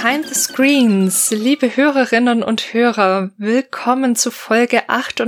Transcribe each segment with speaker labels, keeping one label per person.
Speaker 1: Behind the Screens, liebe Hörerinnen und Hörer, willkommen zu Folge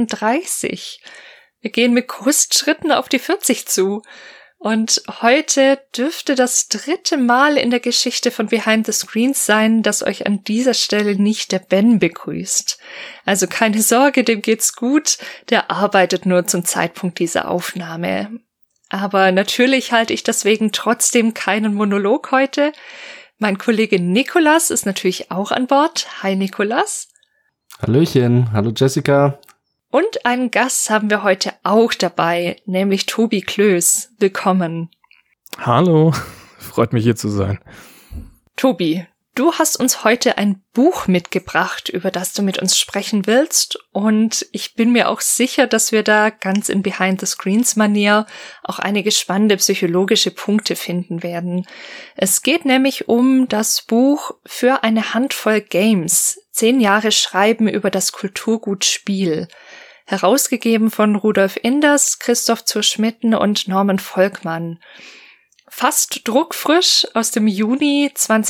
Speaker 1: 38. Wir gehen mit Brustschritten auf die 40 zu. Und heute dürfte das 3. Mal in der Geschichte von Behind the Screens sein, dass euch an dieser Stelle nicht der Ben begrüßt. Also keine Sorge, dem geht's gut, der arbeitet nur zum Zeitpunkt dieser Aufnahme. Aber natürlich halte ich deswegen trotzdem keinen Monolog heute. Mein Kollege Nikolas ist natürlich auch an Bord. Hi Nikolas.
Speaker 2: Hallöchen, hallo Jessica.
Speaker 1: Und einen Gast haben wir heute auch dabei, nämlich Tobi Klöß. Willkommen.
Speaker 3: Hallo, freut mich hier zu sein.
Speaker 1: Tobi, du hast uns heute ein Buch mitgebracht, über das du mit uns sprechen willst. Und ich bin mir auch sicher, dass wir da ganz in Behind-the-Screens-Manier auch einige spannende psychologische Punkte finden werden. Es geht nämlich um das Buch Für eine Handvoll Games. 10 Jahre Schreiben über das Kulturgut Spiel. Herausgegeben von Rudolf Inders, Christoph zur Schmitten und Norman Volkmann. Fast druckfrisch aus dem Juni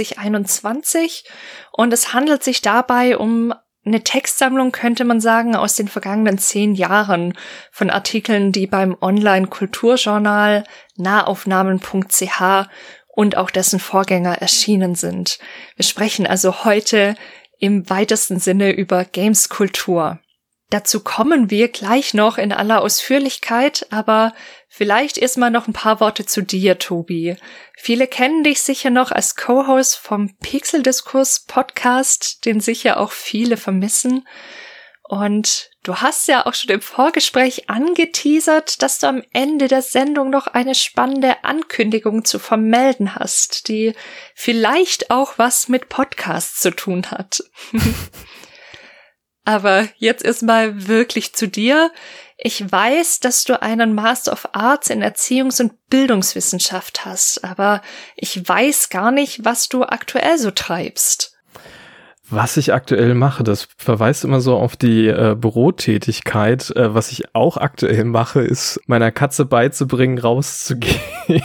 Speaker 1: 2021 und es handelt sich dabei um eine Textsammlung, könnte man sagen, aus den vergangenen 10 Jahren von Artikeln, die beim Online-Kulturjournal nahaufnahmen.ch und auch dessen Vorgänger erschienen sind. Wir sprechen also heute im weitesten Sinne über Games-Kultur. Dazu kommen wir gleich noch in aller Ausführlichkeit, aber vielleicht erstmal noch ein paar Worte zu dir, Tobi. Viele kennen dich sicher noch als Co-Host vom Pixeldiskurs-Podcast, den sicher auch viele vermissen. Und du hast ja auch schon im Vorgespräch angeteasert, dass du am Ende der Sendung noch eine spannende Ankündigung zu vermelden hast, die vielleicht auch was mit Podcasts zu tun hat. Aber jetzt erstmal wirklich zu dir. Ich weiß, dass du einen Master of Arts in Erziehungs- und Bildungswissenschaft hast, aber ich weiß gar nicht, was du aktuell so treibst.
Speaker 3: Was ich aktuell mache, das verweist immer so auf die Bürotätigkeit. Was ich auch aktuell mache, ist meiner Katze beizubringen, rauszugehen.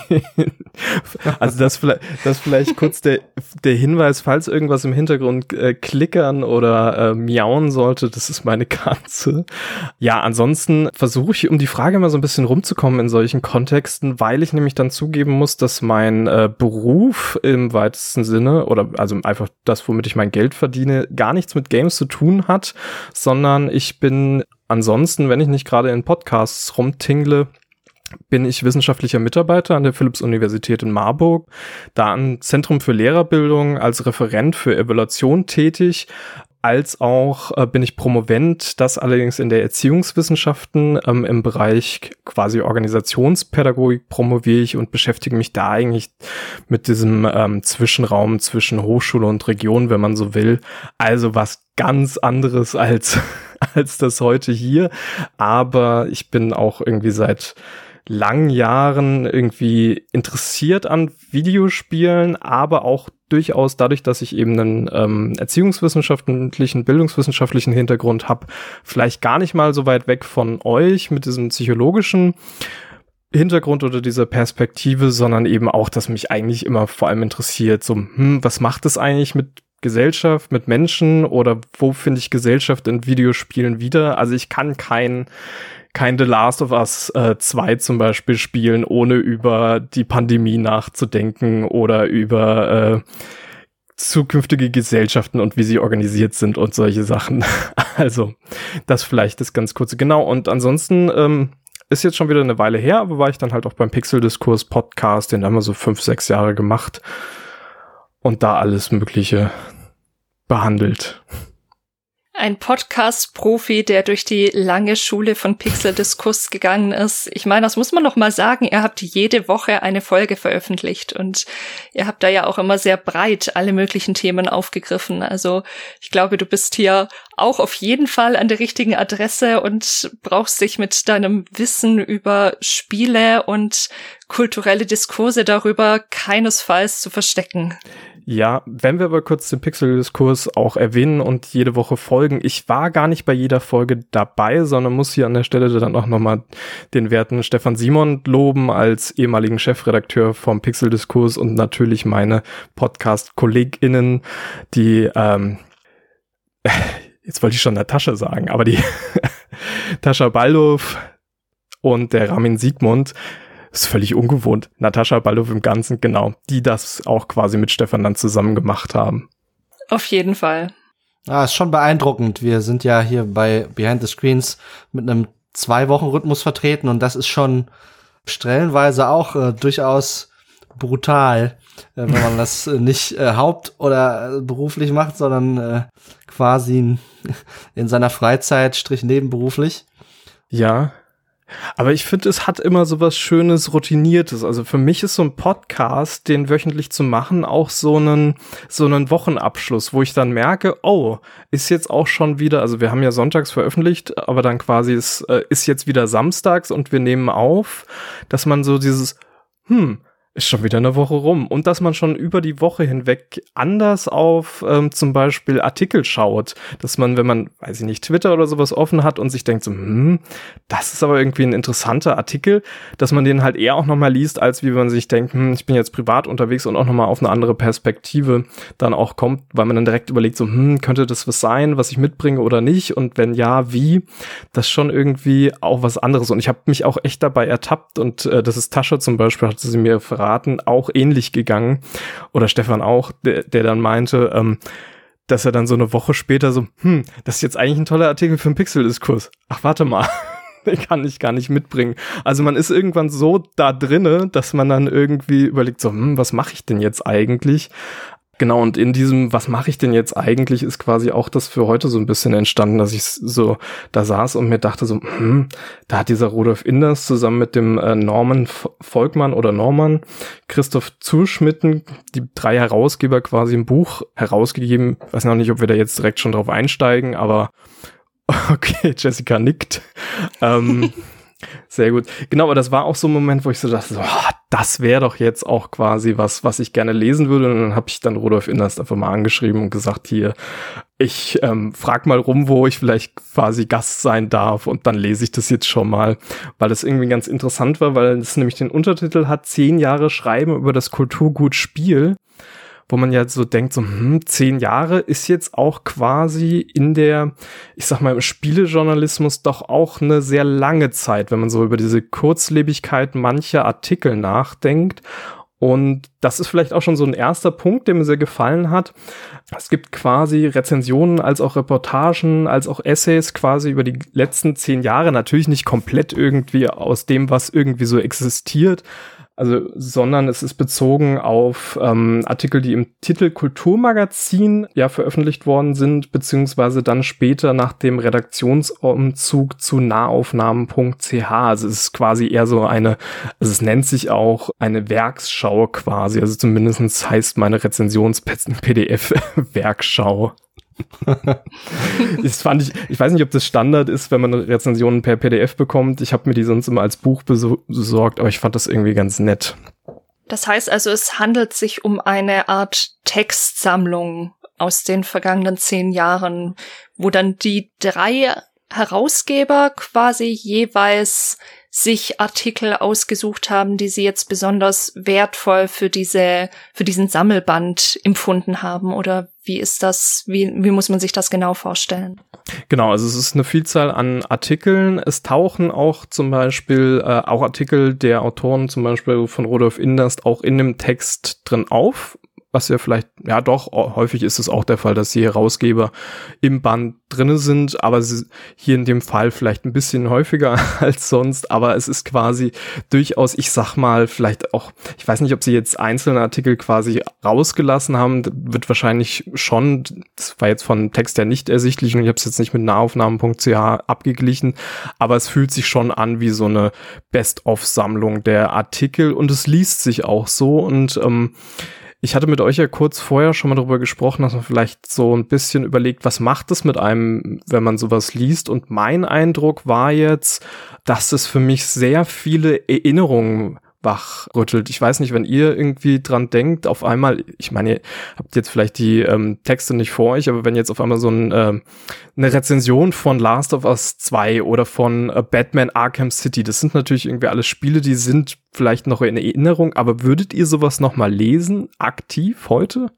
Speaker 3: Also das vielleicht kurz der Hinweis, falls irgendwas im Hintergrund klickern oder miauen sollte, das ist meine Katze. Ja, ansonsten versuche ich, um die Frage mal so ein bisschen rumzukommen in solchen Kontexten, weil ich nämlich dann zugeben muss, dass mein Beruf im weitesten Sinne, oder also einfach das, womit ich mein Geld verdiene, gar nichts mit Games zu tun hat, sondern ich bin ansonsten, wenn ich nicht gerade in Podcasts rumtingle, bin ich wissenschaftlicher Mitarbeiter an der Philipps-Universität in Marburg, da am Zentrum für Lehrerbildung als Referent für Evaluation tätig, als auch bin ich Promovent, das allerdings in der Erziehungswissenschaften im Bereich quasi Organisationspädagogik promoviere ich und beschäftige mich da eigentlich mit diesem Zwischenraum zwischen Hochschule und Region, wenn man so will. Also was ganz anderes als das heute hier. Aber ich bin auch irgendwie seit langen Jahren irgendwie interessiert an Videospielen, aber auch durchaus dadurch, dass ich eben einen erziehungswissenschaftlichen, bildungswissenschaftlichen Hintergrund habe, vielleicht gar nicht mal so weit weg von euch mit diesem psychologischen Hintergrund oder dieser Perspektive, sondern eben auch, dass mich eigentlich immer vor allem interessiert, so, was macht es eigentlich mit Gesellschaft, mit Menschen oder wo finde ich Gesellschaft in Videospielen wieder? Also ich kann kein The Last of Us 2 zum Beispiel spielen, ohne über die Pandemie nachzudenken oder über zukünftige Gesellschaften und wie sie organisiert sind und solche Sachen. Also das vielleicht ist ganz kurz. Genau, und ansonsten ist jetzt schon wieder eine Weile her, aber war ich dann halt auch beim Pixeldiskurs-Podcast, den haben wir so 5-6 Jahre gemacht und da alles Mögliche behandelt.
Speaker 1: Ein Podcast-Profi, der durch die lange Schule von Pixeldiskurs gegangen ist. Ich meine, das muss man noch mal sagen, ihr habt jede Woche eine Folge veröffentlicht und ihr habt da ja auch immer sehr breit alle möglichen Themen aufgegriffen. Also ich glaube, du bist hier auch auf jeden Fall an der richtigen Adresse und brauchst dich mit deinem Wissen über Spiele und kulturelle Diskurse darüber keinesfalls zu verstecken.
Speaker 3: Ja, wenn wir aber kurz den Pixel-Diskurs auch erwähnen und jede Woche folgen. Ich war gar nicht bei jeder Folge dabei, sondern muss hier an der Stelle dann auch nochmal den werten Stefan Simon loben als ehemaligen Chefredakteur vom Pixel-Diskurs und natürlich meine Podcast-KollegInnen, die, jetzt wollte ich schon Natascha sagen, aber die Tascha Baldow und der Ramin Siegmund, ist völlig ungewohnt. Natascha Baldow im Ganzen, genau, die das auch quasi mit Stefan dann zusammen gemacht haben.
Speaker 1: Auf jeden Fall.
Speaker 2: Ist schon beeindruckend. Wir sind ja hier bei Behind the Screens mit einem 2-Wochen-Rhythmus vertreten und das ist schon stellenweise auch durchaus brutal, wenn man das nicht haupt- oder beruflich macht, sondern quasi in seiner Freizeit, Strich nebenberuflich.
Speaker 3: Ja, aber ich finde, es hat immer so was Schönes, Routiniertes. Also für mich ist so ein Podcast, den wöchentlich zu machen, auch so einen Wochenabschluss, wo ich dann merke, oh, ist jetzt auch schon wieder, also wir haben ja sonntags veröffentlicht, aber dann quasi ist jetzt wieder samstags und wir nehmen auf, dass man so dieses, ist schon wieder eine Woche rum. Und dass man schon über die Woche hinweg anders auf zum Beispiel Artikel schaut. Dass man, wenn man, weiß ich nicht, Twitter oder sowas offen hat und sich denkt so, das ist aber irgendwie ein interessanter Artikel, dass man den halt eher auch nochmal liest, als wie wenn man sich denkt, ich bin jetzt privat unterwegs und auch nochmal auf eine andere Perspektive dann auch kommt, weil man dann direkt überlegt so, könnte das was sein, was ich mitbringe oder nicht? Und wenn ja, wie? Das ist schon irgendwie auch was anderes. Und ich habe mich auch echt dabei ertappt und das ist Tascha zum Beispiel, hat sie mir verraten, auch ähnlich gegangen. Oder Stefan auch, der dann meinte, dass er dann so eine Woche später so, das ist jetzt eigentlich ein toller Artikel für einen Pixel-Diskurs. Ach, warte mal. Den kann ich gar nicht mitbringen. Also man ist irgendwann so da drinne, dass man dann irgendwie überlegt so, was mache ich denn jetzt eigentlich? Genau, und in diesem, was mache ich denn jetzt eigentlich, ist quasi auch das für heute so ein bisschen entstanden, dass ich so da saß und mir dachte so, da hat dieser Rudolf Inders zusammen mit dem Norman Volkmann oder Norman, Christoph Zuschmitten, die 3 Herausgeber quasi ein Buch herausgegeben. Ich weiß noch nicht, ob wir da jetzt direkt schon drauf einsteigen, aber okay, Jessica nickt. Sehr gut. Genau, aber das war auch so ein Moment, wo ich so dachte, das wäre doch jetzt auch quasi was ich gerne lesen würde. Und dann habe ich dann Rudolf Inders einfach mal angeschrieben und gesagt, hier, ich frag mal rum, wo ich vielleicht quasi Gast sein darf und dann lese ich das jetzt schon mal, weil das irgendwie ganz interessant war, weil es nämlich den Untertitel hat, 10 Jahre Schreiben über das Kulturgut Spiel, wo man ja so denkt, so 10 Jahre ist jetzt auch quasi in der, ich sag mal, im Spielejournalismus doch auch eine sehr lange Zeit, wenn man so über diese Kurzlebigkeit mancher Artikel nachdenkt. Und das ist vielleicht auch schon so ein erster Punkt, der mir sehr gefallen hat. Es gibt quasi Rezensionen als auch Reportagen, als auch Essays quasi über die letzten 10 Jahre. Natürlich nicht komplett irgendwie aus dem, was irgendwie so existiert, also, sondern es ist bezogen auf Artikel, die im Titel Kulturmagazin ja veröffentlicht worden sind, beziehungsweise dann später nach dem Redaktionsumzug zu nahaufnahmen.ch. Also es ist quasi eher so also es nennt sich auch eine Werksschau quasi. Also zumindest heißt meine Rezensions-PDF Werkschau. Das fand ich weiß nicht, ob das Standard ist, wenn man Rezensionen per PDF bekommt. Ich habe mir die sonst immer als Buch besorgt, aber ich fand das irgendwie ganz nett.
Speaker 1: Das heißt also, es handelt sich um eine Art Textsammlung aus den vergangenen 10 Jahren, wo dann die 3 Herausgeber quasi jeweils sich Artikel ausgesucht haben, die sie jetzt besonders wertvoll für diesen Sammelband empfunden haben, oder wie ist das, wie muss man sich das genau vorstellen?
Speaker 3: Genau, also es ist eine Vielzahl an Artikeln. Es tauchen auch zum Beispiel auch Artikel der Autoren, zum Beispiel von Rudolf Inders, auch in dem Text drin auf. Was ja vielleicht, ja doch, häufig ist es auch der Fall, dass die Herausgeber im Band drinne sind, aber hier in dem Fall vielleicht ein bisschen häufiger als sonst, aber es ist quasi durchaus, ich sag mal, vielleicht auch, ich weiß nicht, ob sie jetzt einzelne Artikel quasi rausgelassen haben, wird wahrscheinlich schon, das war jetzt von Text her nicht ersichtlich und ich habe es jetzt nicht mit nahaufnahmen.ch abgeglichen, aber es fühlt sich schon an wie so eine Best-of-Sammlung der Artikel und es liest sich auch so und Ich hatte mit euch ja kurz vorher schon mal darüber gesprochen, dass man vielleicht so ein bisschen überlegt, was macht es mit einem, wenn man sowas liest. Und mein Eindruck war jetzt, dass es für mich sehr viele Erinnerungen wachrüttelt. Ich weiß nicht, wenn ihr irgendwie dran denkt, auf einmal, ich meine, ihr habt jetzt vielleicht die Texte nicht vor euch, aber wenn jetzt auf einmal so eine Rezension von Last of Us 2 oder von Batman Arkham City, das sind natürlich irgendwie alles Spiele, die sind vielleicht noch in Erinnerung, aber würdet ihr sowas noch mal lesen, aktiv heute?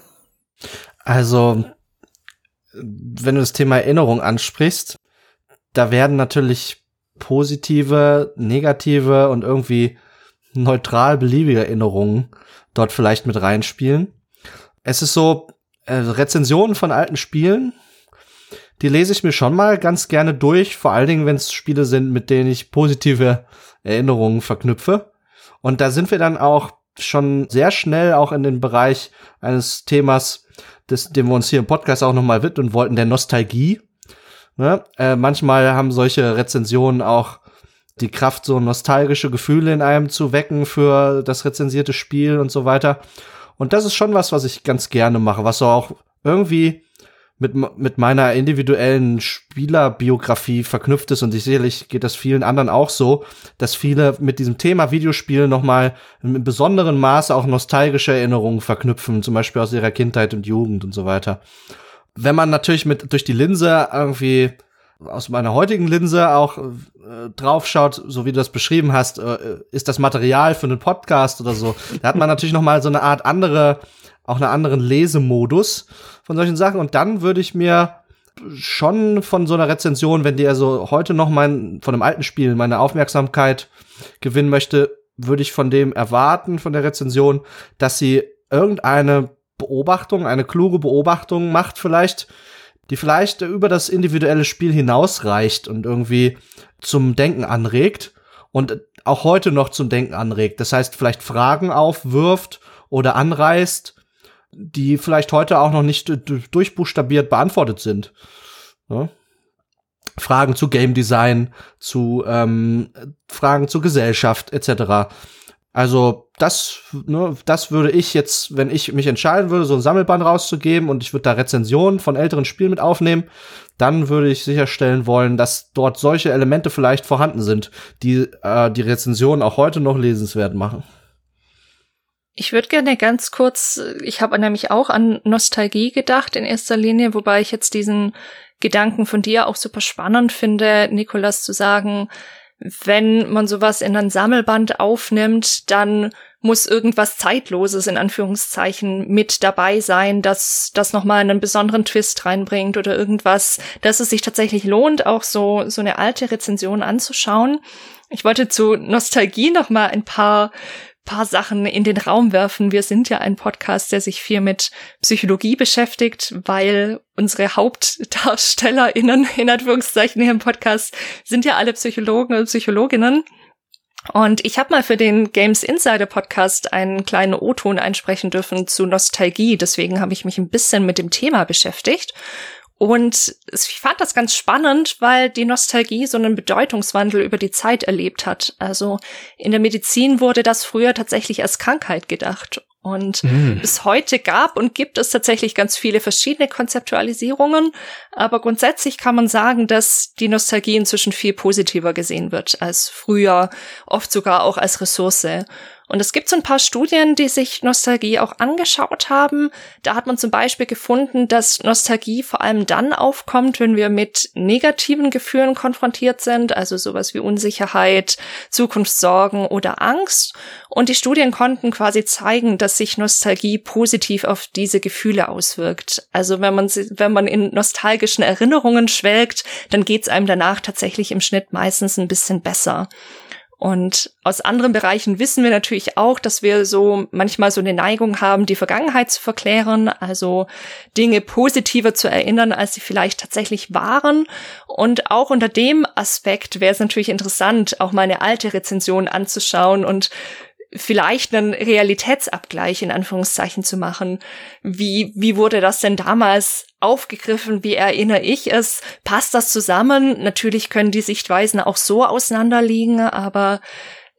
Speaker 2: Also, wenn du das Thema Erinnerung ansprichst, da werden natürlich positive, negative und irgendwie neutral beliebige Erinnerungen dort vielleicht mit reinspielen. Es ist so, Rezensionen von alten Spielen, die lese ich mir schon mal ganz gerne durch, vor allen Dingen, wenn es Spiele sind, mit denen ich positive Erinnerungen verknüpfe. Und da sind wir dann auch schon sehr schnell auch in den Bereich eines Themas, dem wir uns hier im Podcast auch nochmal widmen wollten, der Nostalgie. Ne? Manchmal haben solche Rezensionen auch die Kraft, so nostalgische Gefühle in einem zu wecken für das rezensierte Spiel und so weiter. Und das ist schon was ich ganz gerne mache, was so auch irgendwie mit meiner individuellen Spielerbiografie verknüpft ist. Und sicherlich geht das vielen anderen auch so, dass viele mit diesem Thema Videospiel noch mal in besonderem Maße auch nostalgische Erinnerungen verknüpfen, zum Beispiel aus ihrer Kindheit und Jugend und so weiter. Wenn man natürlich durch die Linse irgendwie aus meiner heutigen Linse auch draufschaut, so wie du das beschrieben hast, ist das Material für einen Podcast oder so. Da hat man natürlich noch mal so eine Art auch einen anderen Lesemodus von solchen Sachen. Und dann würde ich mir schon von so einer Rezension, wenn die also heute noch von einem alten Spiel meine Aufmerksamkeit gewinnen möchte, würde ich von dem erwarten, von der Rezension, dass sie irgendeine Beobachtung, eine kluge Beobachtung macht vielleicht, die vielleicht über das individuelle Spiel hinausreicht und irgendwie zum Denken anregt und auch heute noch zum Denken anregt. Das heißt, vielleicht Fragen aufwirft oder anreißt, die vielleicht heute auch noch nicht durchbuchstabiert beantwortet sind. Ja? Fragen zu Game Design, Fragen zur Gesellschaft etc. Also das würde ich jetzt, wenn ich mich entscheiden würde, so ein Sammelband rauszugeben und ich würde da Rezensionen von älteren Spielen mit aufnehmen, dann würde ich sicherstellen wollen, dass dort solche Elemente vielleicht vorhanden sind, die die Rezensionen auch heute noch lesenswert machen.
Speaker 1: Ich würde gerne ganz kurz, ich habe nämlich auch an Nostalgie gedacht in erster Linie, wobei ich jetzt diesen Gedanken von dir auch super spannend finde, Nikolas, zu sagen, wenn man sowas in ein Sammelband aufnimmt, dann muss irgendwas Zeitloses in Anführungszeichen mit dabei sein, dass das nochmal einen besonderen Twist reinbringt oder irgendwas, dass es sich tatsächlich lohnt, auch so eine alte Rezension anzuschauen. Ich wollte zu Nostalgie nochmal ein paar Sachen in den Raum werfen. Wir sind ja ein Podcast, der sich viel mit Psychologie beschäftigt, weil unsere HauptdarstellerInnen, in Anführungszeichen, hier im Podcast sind ja alle Psychologen und Psychologinnen. Und ich habe mal für den Games Insider Podcast einen kleinen O-Ton einsprechen dürfen zu Nostalgie. Deswegen habe ich mich ein bisschen mit dem Thema beschäftigt. Und ich fand das ganz spannend, weil die Nostalgie so einen Bedeutungswandel über die Zeit erlebt hat. Also in der Medizin wurde das früher tatsächlich als Krankheit gedacht. Und bis heute gab und gibt es tatsächlich ganz viele verschiedene Konzeptualisierungen. Aber grundsätzlich kann man sagen, dass die Nostalgie inzwischen viel positiver gesehen wird als früher, oft sogar auch als Ressource. Und es gibt so ein paar Studien, die sich Nostalgie auch angeschaut haben. Da hat man zum Beispiel gefunden, dass Nostalgie vor allem dann aufkommt, wenn wir mit negativen Gefühlen konfrontiert sind, also sowas wie Unsicherheit, Zukunftssorgen oder Angst. Und die Studien konnten quasi zeigen, dass sich Nostalgie positiv auf diese Gefühle auswirkt. Also wenn man in nostalgischen Erinnerungen schwelgt, dann geht's einem danach tatsächlich im Schnitt meistens ein bisschen besser. Und aus anderen Bereichen wissen wir natürlich auch, dass wir so manchmal so eine Neigung haben, die Vergangenheit zu verklären, also Dinge positiver zu erinnern, als sie vielleicht tatsächlich waren. Und auch unter dem Aspekt wäre es natürlich interessant, auch mal eine alte Rezension anzuschauen und vielleicht einen Realitätsabgleich in Anführungszeichen zu machen. Wie wurde das denn damals aufgegriffen? Wie erinnere ich es? Passt das zusammen? Natürlich können die Sichtweisen auch so auseinanderliegen, aber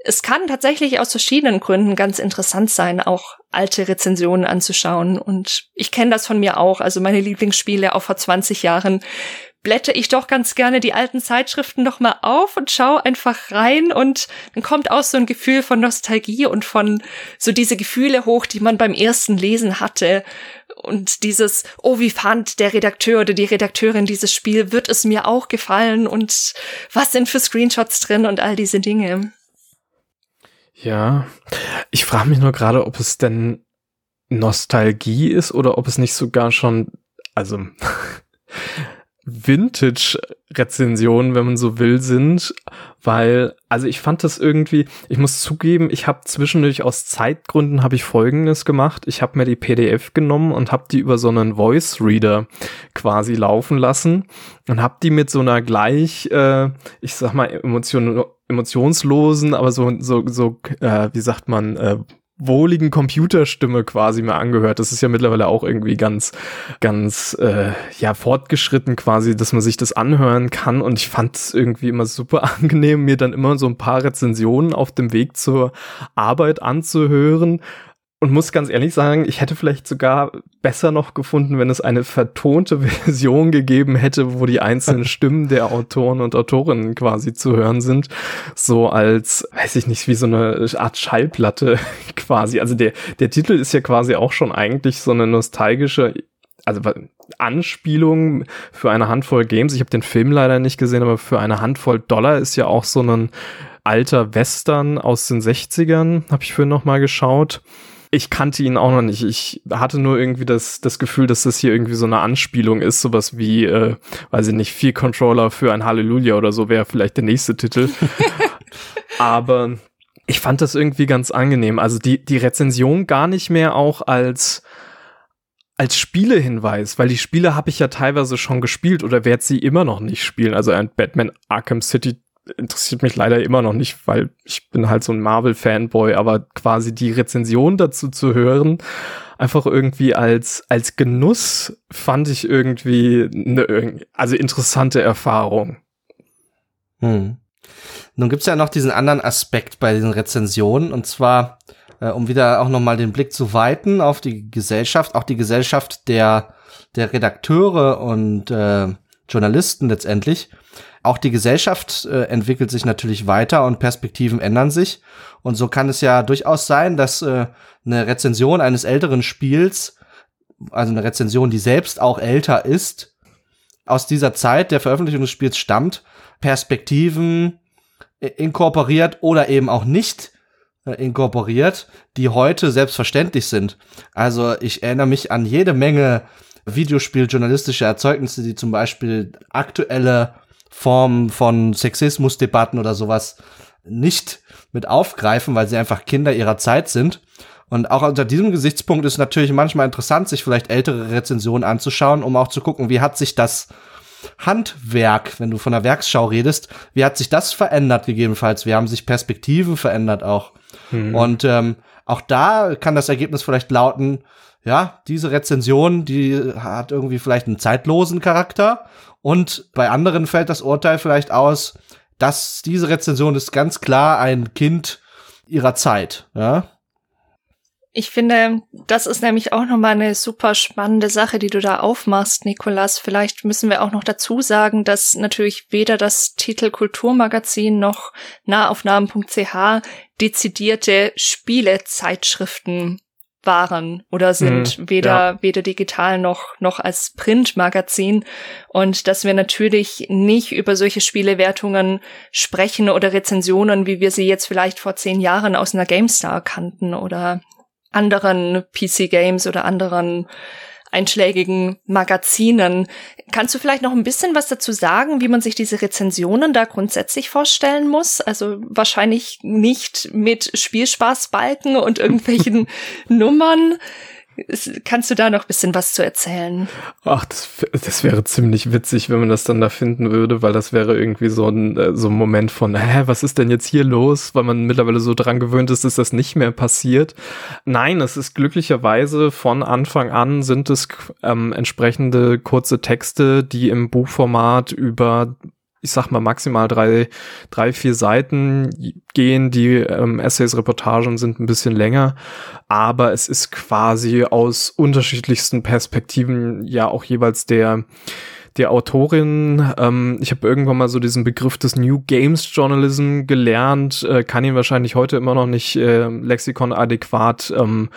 Speaker 1: es kann tatsächlich aus verschiedenen Gründen ganz interessant sein, auch alte Rezensionen anzuschauen. Und ich kenne das von mir auch. Also meine Lieblingsspiele auch vor 20 Jahren blätter ich doch ganz gerne die alten Zeitschriften noch mal auf und schaue einfach rein. Und dann kommt auch so ein Gefühl von Nostalgie und von so diese Gefühle hoch, die man beim ersten Lesen hatte. Und dieses, oh, wie fand der Redakteur oder die Redakteurin dieses Spiel? Wird es mir auch gefallen? Und was sind für Screenshots drin und all diese Dinge?
Speaker 3: Ja, ich frage mich nur gerade, ob es denn Nostalgie ist oder ob es nicht sogar schon, also Vintage-Rezensionen, wenn man so will, sind, weil, also ich fand das irgendwie, ich muss zugeben, ich habe zwischendurch aus Zeitgründen habe ich Folgendes gemacht, ich habe mir die PDF genommen und habe die über so einen Voice-Reader quasi laufen lassen und habe die mit so einer gleich, ich sag mal, emotionslosen, aber so wie sagt man, wohligen Computerstimme quasi mir angehört. Das ist ja mittlerweile auch irgendwie ganz fortgeschritten quasi, dass man sich das anhören kann, und ich fand es irgendwie immer super angenehm, mir dann immer so ein paar Rezensionen auf dem Weg zur Arbeit anzuhören. Und muss ganz ehrlich sagen, ich hätte vielleicht sogar besser noch gefunden, wenn es eine vertonte Version gegeben hätte, wo die einzelnen Stimmen der Autoren und Autorinnen quasi zu hören sind. So als, weiß ich nicht, wie so eine Art Schallplatte quasi. Also der Titel ist ja quasi auch schon eigentlich so eine nostalgische, also Anspielung für eine Handvoll Games. Ich habe den Film leider nicht gesehen, aber für eine Handvoll $, ist ja auch so ein alter Western aus den 60ern, habe ich vorhin noch mal geschaut. Ich kannte ihn auch noch nicht. Ich hatte nur irgendwie das Gefühl, dass das hier irgendwie so eine Anspielung ist. Sowas wie, weiß ich nicht, 4 Controller für ein Halleluja oder so wäre vielleicht der nächste Titel. Aber ich fand das irgendwie ganz angenehm. Also die Rezension gar nicht mehr auch als Spielehinweis, weil die Spiele habe ich ja teilweise schon gespielt oder werde sie immer noch nicht spielen. Also ein Batman Arkham City interessiert mich leider immer noch nicht, weil ich bin halt so ein Marvel-Fanboy, aber quasi die Rezension dazu zu hören, einfach irgendwie als Genuss, fand ich irgendwie also interessante Erfahrung.
Speaker 2: Nun gibt's ja noch diesen anderen Aspekt bei diesen Rezensionen, und zwar, um wieder auch nochmal den Blick zu weiten auf die Gesellschaft, auch die Gesellschaft der Redakteure und Journalisten letztendlich. Auch die Gesellschaft entwickelt sich natürlich weiter und Perspektiven ändern sich. Und so kann es ja durchaus sein, dass eine Rezension eines älteren Spiels, also eine Rezension, die selbst auch älter ist, aus dieser Zeit der Veröffentlichung des Spiels stammt, Perspektiven inkorporiert oder eben auch nicht inkorporiert, die heute selbstverständlich sind. Also ich erinnere mich an jede Menge Videospieljournalistische Erzeugnisse, die zum Beispiel aktuelle Formen von Sexismusdebatten oder sowas nicht mit aufgreifen, weil sie einfach Kinder ihrer Zeit sind. Und auch unter diesem Gesichtspunkt ist natürlich manchmal interessant, sich vielleicht ältere Rezensionen anzuschauen, um auch zu gucken, wie hat sich das Handwerk, wenn du von der Werksschau redest, wie hat sich das verändert gegebenenfalls? Wie haben sich Perspektiven verändert auch? Und auch da kann das Ergebnis vielleicht lauten, ja, diese Rezension, die hat irgendwie vielleicht einen zeitlosen Charakter, und bei anderen fällt das Urteil vielleicht aus, dass diese Rezension ist ganz klar ein Kind ihrer Zeit, ja.
Speaker 1: Ich finde, das ist nämlich auch nochmal eine super spannende Sache, die du da aufmachst, Nikolas. Vielleicht müssen wir auch noch dazu sagen, dass natürlich weder das Titel Kulturmagazin noch Nahaufnahmen.ch dezidierte Spielezeitschriften waren oder sind, weder digital noch als Printmagazin, und dass wir natürlich nicht über solche Spielewertungen sprechen oder Rezensionen, wie wir sie jetzt vielleicht vor 10 Jahren aus einer GameStar kannten oder anderen PC-Games oder anderen einschlägigen Magazinen. Kannst du vielleicht noch ein bisschen was dazu sagen, wie man sich diese Rezensionen da grundsätzlich vorstellen muss? Also wahrscheinlich nicht mit Spielspaßbalken und irgendwelchen Nummern. Kannst du da noch ein bisschen was zu erzählen?
Speaker 3: Ach, das wäre ziemlich witzig, wenn man das dann da finden würde, weil das wäre irgendwie so ein Moment von, was ist denn jetzt hier los? Weil man mittlerweile so dran gewöhnt ist, dass das nicht mehr passiert. Nein, es ist glücklicherweise von Anfang an sind es entsprechende kurze Texte, die im Buchformat über ich sag mal, maximal 3, 4 Seiten gehen. Die Essays, Reportagen sind ein bisschen länger, aber es ist quasi aus unterschiedlichsten Perspektiven ja auch jeweils der Autorin. Ich habe irgendwann mal so diesen Begriff des New Games Journalism gelernt, kann ihn wahrscheinlich heute immer noch nicht lexikon adäquat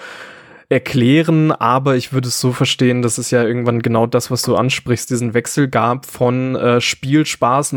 Speaker 3: erklären, aber ich würde es so verstehen, dass es ja irgendwann genau das, was du ansprichst, diesen Wechsel gab von Spielspaß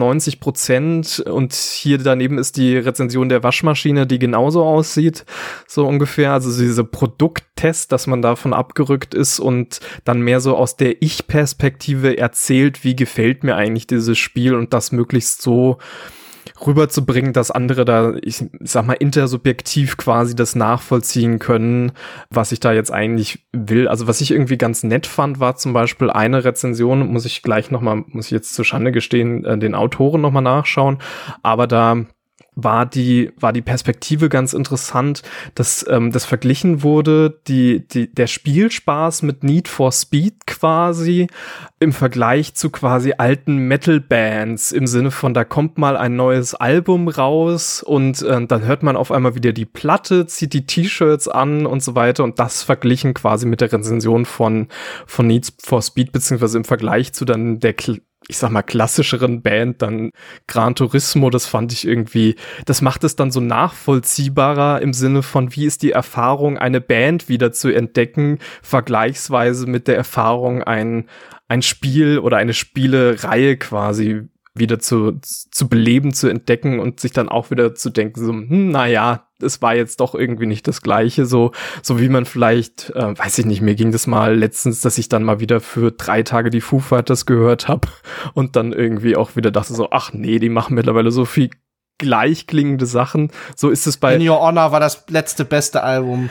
Speaker 3: 90% und hier daneben ist die Rezension der Waschmaschine, die genauso aussieht, so ungefähr, also diese Produkttest, dass man davon abgerückt ist und dann mehr so aus der Ich-Perspektive erzählt, wie gefällt mir eigentlich dieses Spiel und das möglichst so rüberzubringen, dass andere da, ich sag mal, intersubjektiv quasi das nachvollziehen können, was ich da jetzt eigentlich will. Also was ich irgendwie ganz nett fand, war zum Beispiel eine Rezension, muss ich jetzt zur Schande gestehen, den Autoren nochmal nachschauen, aber da war die Perspektive ganz interessant, dass das verglichen wurde, der Spielspaß mit Need for Speed quasi im Vergleich zu quasi alten Metal-Bands im Sinne von, da kommt mal ein neues Album raus und dann hört man auf einmal wieder die Platte, zieht die T-Shirts an und so weiter und das verglichen quasi mit der Rezension von Need for Speed, beziehungsweise im Vergleich zu dann der ich sag mal, klassischeren Band, dann Gran Turismo, das fand ich irgendwie, das macht es dann so nachvollziehbarer im Sinne von, wie ist die Erfahrung, eine Band wieder zu entdecken, vergleichsweise mit der Erfahrung, ein Spiel oder eine Spielereihe quasi wieder zu beleben, zu entdecken und sich dann auch wieder zu denken, so, naja, es war jetzt doch irgendwie nicht das Gleiche, so wie man vielleicht, weiß ich nicht, mir ging das mal letztens, dass ich dann mal wieder für 3 Tage die Foo Fighters gehört habe und dann irgendwie auch wieder dachte so, ach nee, die machen mittlerweile so viel gleichklingende Sachen. So ist es bei
Speaker 2: In Your Honor war das letzte beste Album.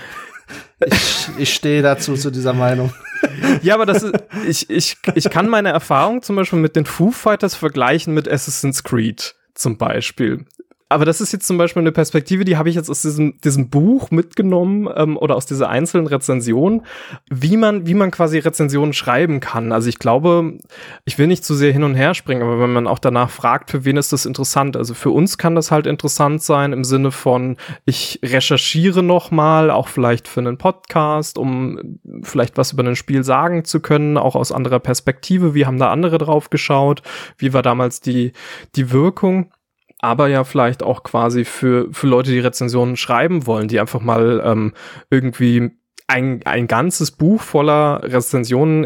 Speaker 2: Ich stehe dazu, zu dieser Meinung.
Speaker 3: Ja, aber das ist, ich kann meine Erfahrung zum Beispiel mit den Foo Fighters vergleichen mit Assassin's Creed zum Beispiel. Aber das ist jetzt zum Beispiel eine Perspektive, die habe ich jetzt aus diesem Buch mitgenommen oder aus dieser einzelnen Rezension, wie man quasi Rezensionen schreiben kann. Also ich glaube, ich will nicht zu sehr hin und her springen, aber wenn man auch danach fragt, für wen ist das interessant? Also für uns kann das halt interessant sein im Sinne von, ich recherchiere nochmal, auch vielleicht für einen Podcast, um vielleicht was über ein Spiel sagen zu können, auch aus anderer Perspektive. Wie haben da andere drauf geschaut? Wie war damals die Wirkung? Aber ja vielleicht auch quasi für Leute, die Rezensionen schreiben wollen, die einfach mal irgendwie ein ganzes Buch voller Rezensionen,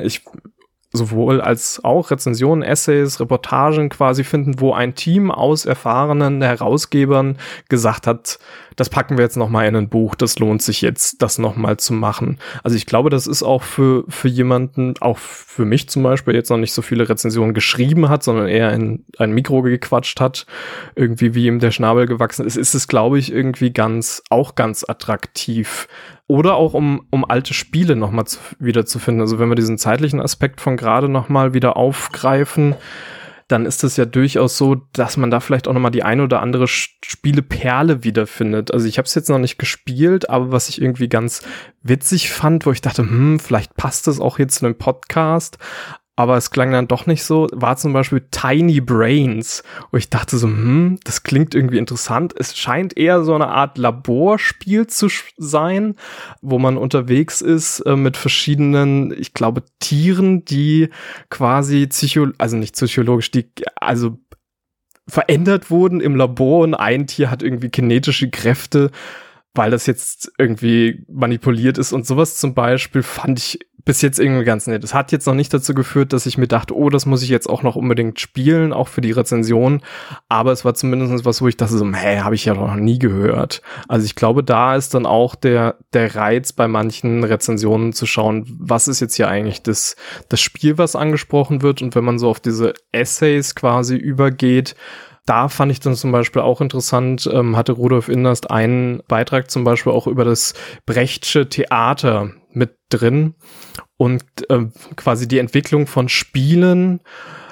Speaker 3: sowohl als auch Rezensionen, Essays, Reportagen quasi finden, wo ein Team aus erfahrenen Herausgebern gesagt hat, das packen wir jetzt nochmal in ein Buch, das lohnt sich jetzt, das nochmal zu machen. Also ich glaube, das ist auch für jemanden, auch für mich zum Beispiel, jetzt noch nicht so viele Rezensionen geschrieben hat, sondern eher in ein Mikro gequatscht hat, irgendwie wie ihm der Schnabel gewachsen ist es, glaube ich, irgendwie ganz attraktiv. Oder auch um alte Spiele nochmal wieder zu finden. Also wenn wir diesen zeitlichen Aspekt von gerade nochmal wieder aufgreifen, dann ist es ja durchaus so, dass man da vielleicht auch nochmal die eine oder andere Spieleperle wiederfindet. Also ich habe es jetzt noch nicht gespielt, aber was ich irgendwie ganz witzig fand, wo ich dachte, vielleicht passt das auch jetzt zu einem Podcast, aber es klang dann doch nicht so, war zum Beispiel Tiny Brains, wo ich dachte so, das klingt irgendwie interessant. Es scheint eher so eine Art Laborspiel zu sein, wo man unterwegs ist mit verschiedenen, ich glaube, Tieren, die quasi nicht psychologisch, also verändert wurden im Labor und ein Tier hat irgendwie kinetische Kräfte, weil das jetzt irgendwie manipuliert ist und sowas zum Beispiel fand ich bis jetzt irgendwie ganz nett. Es hat jetzt noch nicht dazu geführt, dass ich mir dachte, oh, das muss ich jetzt auch noch unbedingt spielen, auch für die Rezension. Aber es war zumindest was, wo ich dachte so, habe ich ja noch nie gehört. Also ich glaube, da ist dann auch der Reiz bei manchen Rezensionen zu schauen, was ist jetzt hier eigentlich das Spiel, was angesprochen wird. Und wenn man so auf diese Essays quasi übergeht, da fand ich dann zum Beispiel auch interessant, hatte Rudolf Inderst einen Beitrag zum Beispiel auch über das Brechtsche Theater mit drin und quasi die Entwicklung von Spielen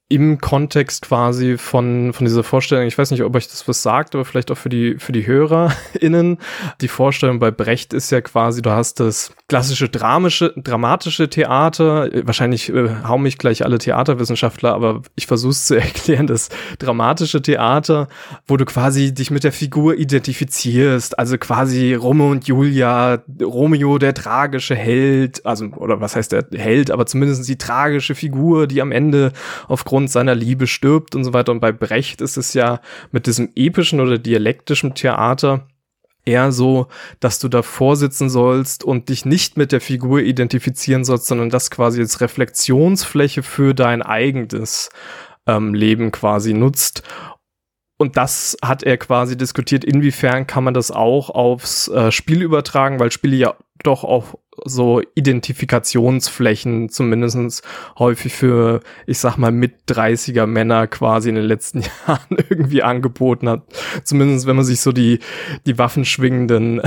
Speaker 3: im Kontext quasi von dieser Vorstellung, ich weiß nicht, ob euch das was sagt, aber vielleicht auch für die HörerInnen. Die Vorstellung bei Brecht ist ja quasi, du hast das klassische dramatische Theater. Wahrscheinlich hauen mich gleich alle Theaterwissenschaftler, aber ich versuche es zu erklären, das dramatische Theater, wo du quasi dich mit der Figur identifizierst, also quasi Romeo und Julia, Romeo der tragische Held, also, oder was heißt der Held, aber zumindest die tragische Figur, die am Ende aufgrund seiner Liebe stirbt und so weiter. Und bei Brecht ist es ja mit diesem epischen oder dialektischen Theater eher so, dass du davor sitzen sollst und dich nicht mit der Figur identifizieren sollst, sondern das quasi als Reflexionsfläche für dein eigenes Leben quasi nutzt. Und das hat er quasi diskutiert, inwiefern kann man das auch aufs Spiel übertragen, weil Spiele ja doch auch so Identifikationsflächen zumindest häufig für, ich sag mal, Mit-30er Männer quasi in den letzten Jahren irgendwie angeboten hat. Zumindest wenn man sich so die waffenschwingenden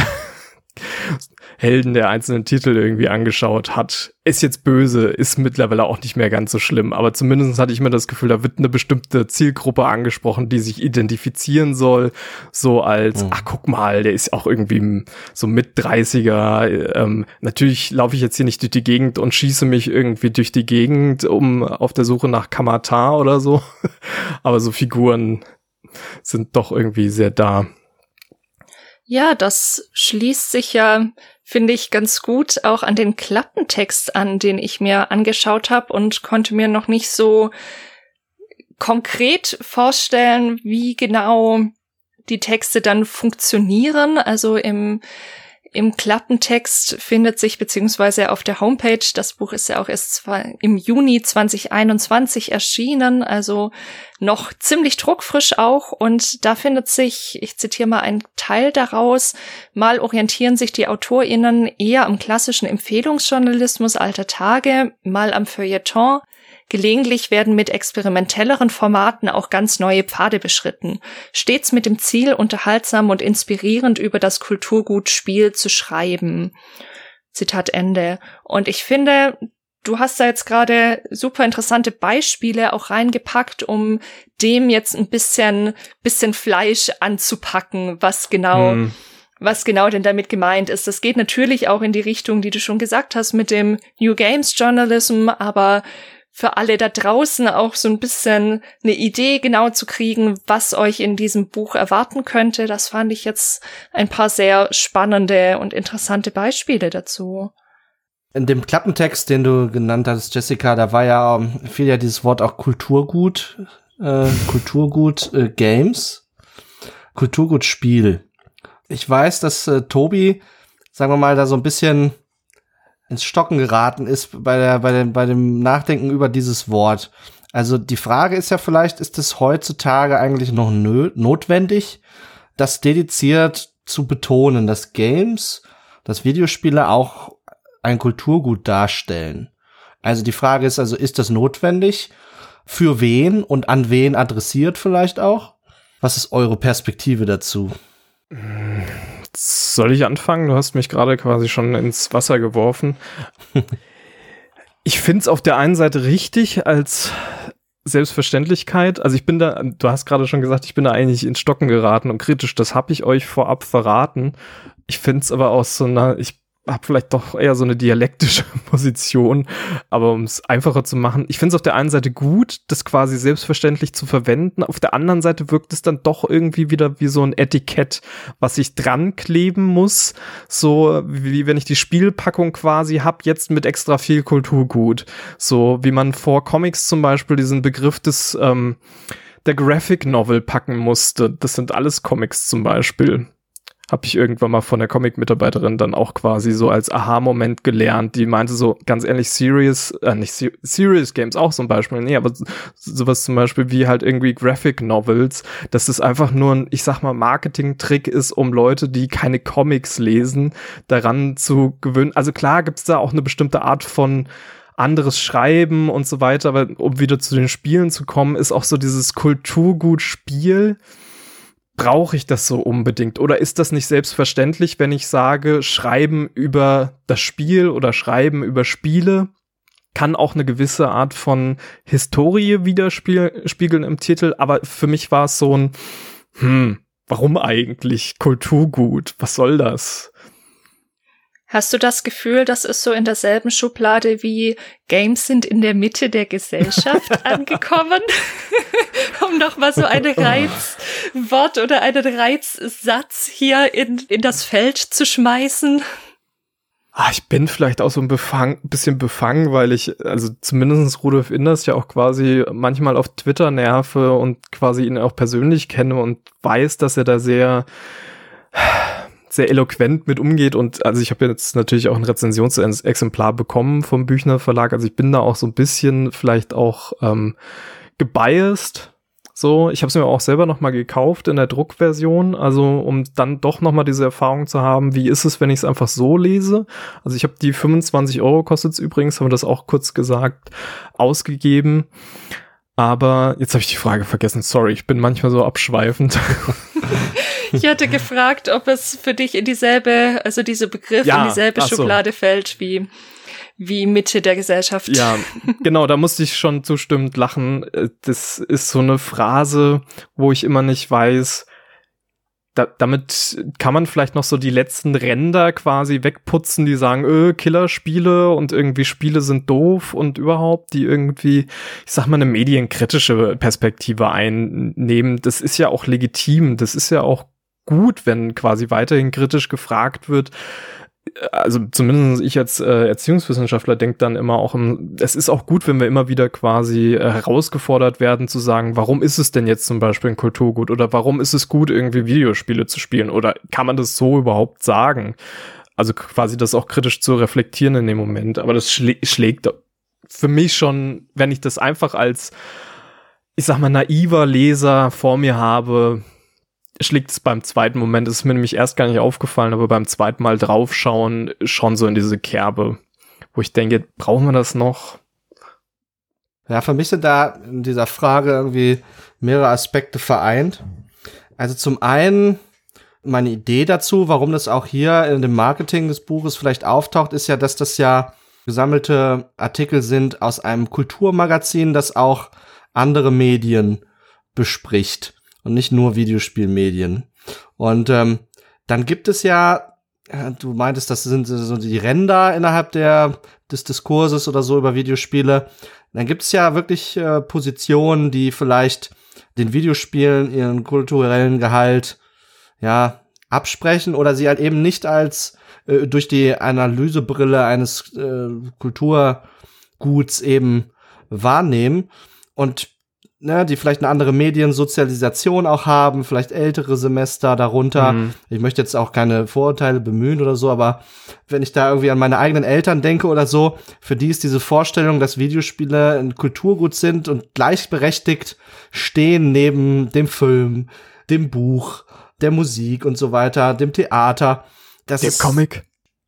Speaker 3: Helden der einzelnen Titel irgendwie angeschaut hat. Ist jetzt böse, ist mittlerweile auch nicht mehr ganz so schlimm, aber zumindest hatte ich immer das Gefühl, da wird eine bestimmte Zielgruppe angesprochen, die sich identifizieren soll, als, ach guck mal, der ist auch irgendwie so Mit-30er, natürlich laufe ich jetzt hier nicht durch die Gegend und schieße mich irgendwie durch die Gegend, um auf der Suche nach Kamata oder so, aber so Figuren sind doch irgendwie sehr da.
Speaker 1: Ja, das schließt sich ja, finde ich, ganz gut auch an den Klappentext an, den ich mir angeschaut habe und konnte mir noch nicht so konkret vorstellen, wie genau die Texte dann funktionieren. Also im Klappentext findet sich, beziehungsweise auf der Homepage, das Buch ist ja auch erst im Juni 2021 erschienen, also noch ziemlich druckfrisch auch, und da findet sich, ich zitiere mal einen Teil daraus, mal orientieren sich die AutorInnen eher am klassischen Empfehlungsjournalismus alter Tage, mal am Feuilleton. Gelegentlich werden mit experimentelleren Formaten auch ganz neue Pfade beschritten, stets mit dem Ziel, unterhaltsam und inspirierend über das Kulturgut Spiel zu schreiben. Zitat Ende. Und ich finde, du hast da jetzt gerade super interessante Beispiele auch reingepackt, um dem jetzt ein bisschen Fleisch anzupacken, was genau denn damit gemeint ist. Das geht natürlich auch in die Richtung, die du schon gesagt hast, mit dem New Games Journalism, aber für alle da draußen auch so ein bisschen eine Idee genau zu kriegen, was euch in diesem Buch erwarten könnte. Das fand ich jetzt ein paar sehr spannende und interessante Beispiele dazu.
Speaker 2: In dem Klappentext, den du genannt hattest, Jessica, da war fiel ja dieses Wort auch Kulturgut Games, Kulturgut Spiel. Ich weiß, dass Tobi, sagen wir mal, da so ein bisschen ins Stocken geraten ist bei dem Nachdenken über dieses Wort. Also die Frage ist ja vielleicht, ist es heutzutage eigentlich noch notwendig, das dediziert zu betonen, dass Games, dass Videospiele auch ein Kulturgut darstellen? Also die Frage ist also, ist das notwendig? Für wen und an wen adressiert vielleicht auch? Was ist eure Perspektive dazu?
Speaker 3: Soll ich anfangen? Du hast mich gerade quasi schon ins Wasser geworfen. Ich finde es auf der einen Seite richtig als Selbstverständlichkeit. Also ich bin da, du hast gerade schon gesagt, ich bin da eigentlich ins Stocken geraten und kritisch. Das habe ich euch vorab verraten. Ich finde es aber aus so einer, ich habe vielleicht doch eher so eine dialektische Position, aber um es einfacher zu machen, ich finde es auf der einen Seite gut, das quasi selbstverständlich zu verwenden, auf der anderen Seite wirkt es dann doch irgendwie wieder wie so ein Etikett, was ich dran kleben muss, so wie wenn ich die Spielpackung quasi habe, jetzt mit extra viel Kulturgut, so wie man vor Comics zum Beispiel diesen Begriff des der Graphic Novel packen musste, das sind alles Comics zum Beispiel. Habe ich irgendwann mal von der Comic-Mitarbeiterin dann auch quasi so als Aha-Moment gelernt. Die meinte so, ganz ehrlich, Serious Games auch zum Beispiel. Nee, aber sowas zum Beispiel wie halt irgendwie Graphic Novels, dass das einfach nur ein, ich sag mal, Marketing-Trick ist, um Leute, die keine Comics lesen, daran zu gewöhnen. Also klar gibt's da auch eine bestimmte Art von anderes Schreiben und so weiter, aber um wieder zu den Spielen zu kommen, ist auch so dieses Kulturgut-Spiel. Brauche ich das so unbedingt? Oder ist das nicht selbstverständlich, wenn ich sage, schreiben über das Spiel oder schreiben über Spiele? kann auch eine gewisse Art von Historie widerspiegeln im Titel, aber für mich war es so ein, warum eigentlich Kulturgut? Was soll das?
Speaker 1: Hast du das Gefühl, das ist so in derselben Schublade wie Games sind in der Mitte der Gesellschaft angekommen? Um noch mal so ein Reizwort oder einen Reizsatz hier in das Feld zu schmeißen.
Speaker 3: Ich bin vielleicht auch so ein bisschen befangen, weil ich, also zumindest Rudolf Inders ja auch quasi manchmal auf Twitter nerve und quasi ihn auch persönlich kenne und weiß, dass er da sehr eloquent mit umgeht, und also ich habe jetzt natürlich auch ein Rezensionsexemplar bekommen vom Büchner Verlag, also ich bin da auch so ein bisschen vielleicht auch gebiased. So, ich habe es mir auch selber nochmal gekauft in der Druckversion, also um dann doch nochmal diese Erfahrung zu haben, wie ist es, wenn ich es einfach so lese. Also ich habe die 25 Euro, kostet es übrigens, haben wir das auch kurz gesagt, ausgegeben. Aber jetzt habe ich die Frage vergessen, sorry, ich bin manchmal so abschweifend.
Speaker 1: Ich hatte gefragt, ob es für dich in dieselbe, also dieser Begriff in dieselbe Schublade fällt wie Mitte der Gesellschaft.
Speaker 3: Ja, genau, da musste ich schon zustimmend lachen. Das ist so eine Phrase, wo ich immer nicht weiß, damit kann man vielleicht noch so die letzten Ränder quasi wegputzen, die sagen, Killerspiele und irgendwie Spiele sind doof und überhaupt, die irgendwie, ich sag mal, eine medienkritische Perspektive einnehmen. Das ist ja auch legitim, das ist ja auch gut, wenn quasi weiterhin kritisch gefragt wird. Also zumindest ich als Erziehungswissenschaftler denke dann immer auch, es ist auch gut, wenn wir immer wieder quasi herausgefordert werden zu sagen, warum ist es denn jetzt zum Beispiel ein Kulturgut oder warum ist es gut, irgendwie Videospiele zu spielen oder kann man das so überhaupt sagen? Also quasi das auch kritisch zu reflektieren in dem Moment, aber das schlägt für mich schon, wenn ich das einfach als, ich sag mal, naiver Leser vor mir habe, schlägt es beim zweiten Moment, ist mir nämlich erst gar nicht aufgefallen, aber beim zweiten Mal draufschauen schon so in diese Kerbe, wo ich denke, brauchen wir das noch?
Speaker 2: Ja, für mich sind da in dieser Frage irgendwie mehrere Aspekte vereint. Also zum einen, meine Idee dazu, warum das auch hier in dem Marketing des Buches vielleicht auftaucht, ist ja, dass das ja gesammelte Artikel sind aus einem Kulturmagazin, das auch andere Medien bespricht. Und nicht nur Videospielmedien. Und dann gibt es ja, du meintest, das sind so die Ränder innerhalb des Diskurses oder so über Videospiele. Dann gibt es ja wirklich Positionen, die vielleicht den Videospielen ihren kulturellen Gehalt absprechen oder sie halt eben nicht als durch die Analysebrille eines Kulturguts eben wahrnehmen. Und die vielleicht eine andere Mediensozialisation auch haben, vielleicht ältere Semester darunter. Ich möchte jetzt auch keine Vorurteile bemühen oder so, aber wenn ich da irgendwie an meine eigenen Eltern denke oder so, für die ist diese Vorstellung, dass Videospiele ein Kulturgut sind und gleichberechtigt stehen neben dem Film, dem Buch, der Musik und so weiter, dem Theater.
Speaker 3: Dem Comic.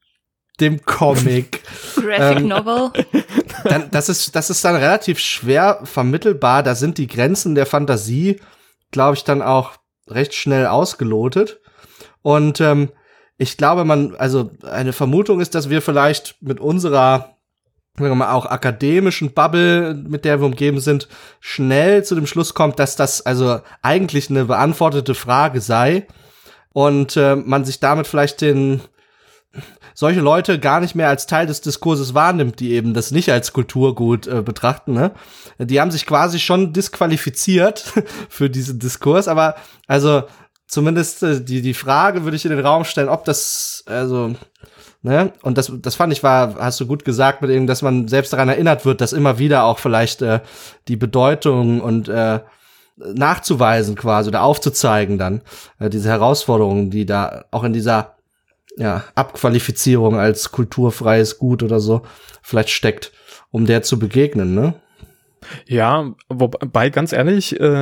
Speaker 1: Graphic Novel.
Speaker 2: Das ist dann relativ schwer vermittelbar. Da sind die Grenzen der Fantasie, glaube ich, dann auch recht schnell ausgelotet. Und ich glaube, also eine Vermutung ist, dass wir vielleicht mit unserer, sagen wir mal, auch akademischen Bubble, mit der wir umgeben sind, schnell zu dem Schluss kommt, dass das also eigentlich eine beantwortete Frage sei und man sich damit vielleicht solche Leute gar nicht mehr als Teil des Diskurses wahrnimmt, die eben das nicht als Kulturgut betrachten, ne? Die haben sich quasi schon disqualifiziert für diesen Diskurs, aber also zumindest die Frage würde ich in den Raum stellen, ob das, also, ne? Und das fand ich hast du gut gesagt mit eben, dass man selbst daran erinnert wird, dass immer wieder auch vielleicht die Bedeutung und nachzuweisen quasi oder aufzuzeigen dann diese Herausforderungen, die da auch in dieser Abqualifizierung als kulturfreies Gut oder so vielleicht steckt, um der zu begegnen, ne?
Speaker 3: Ja, wobei, ganz ehrlich,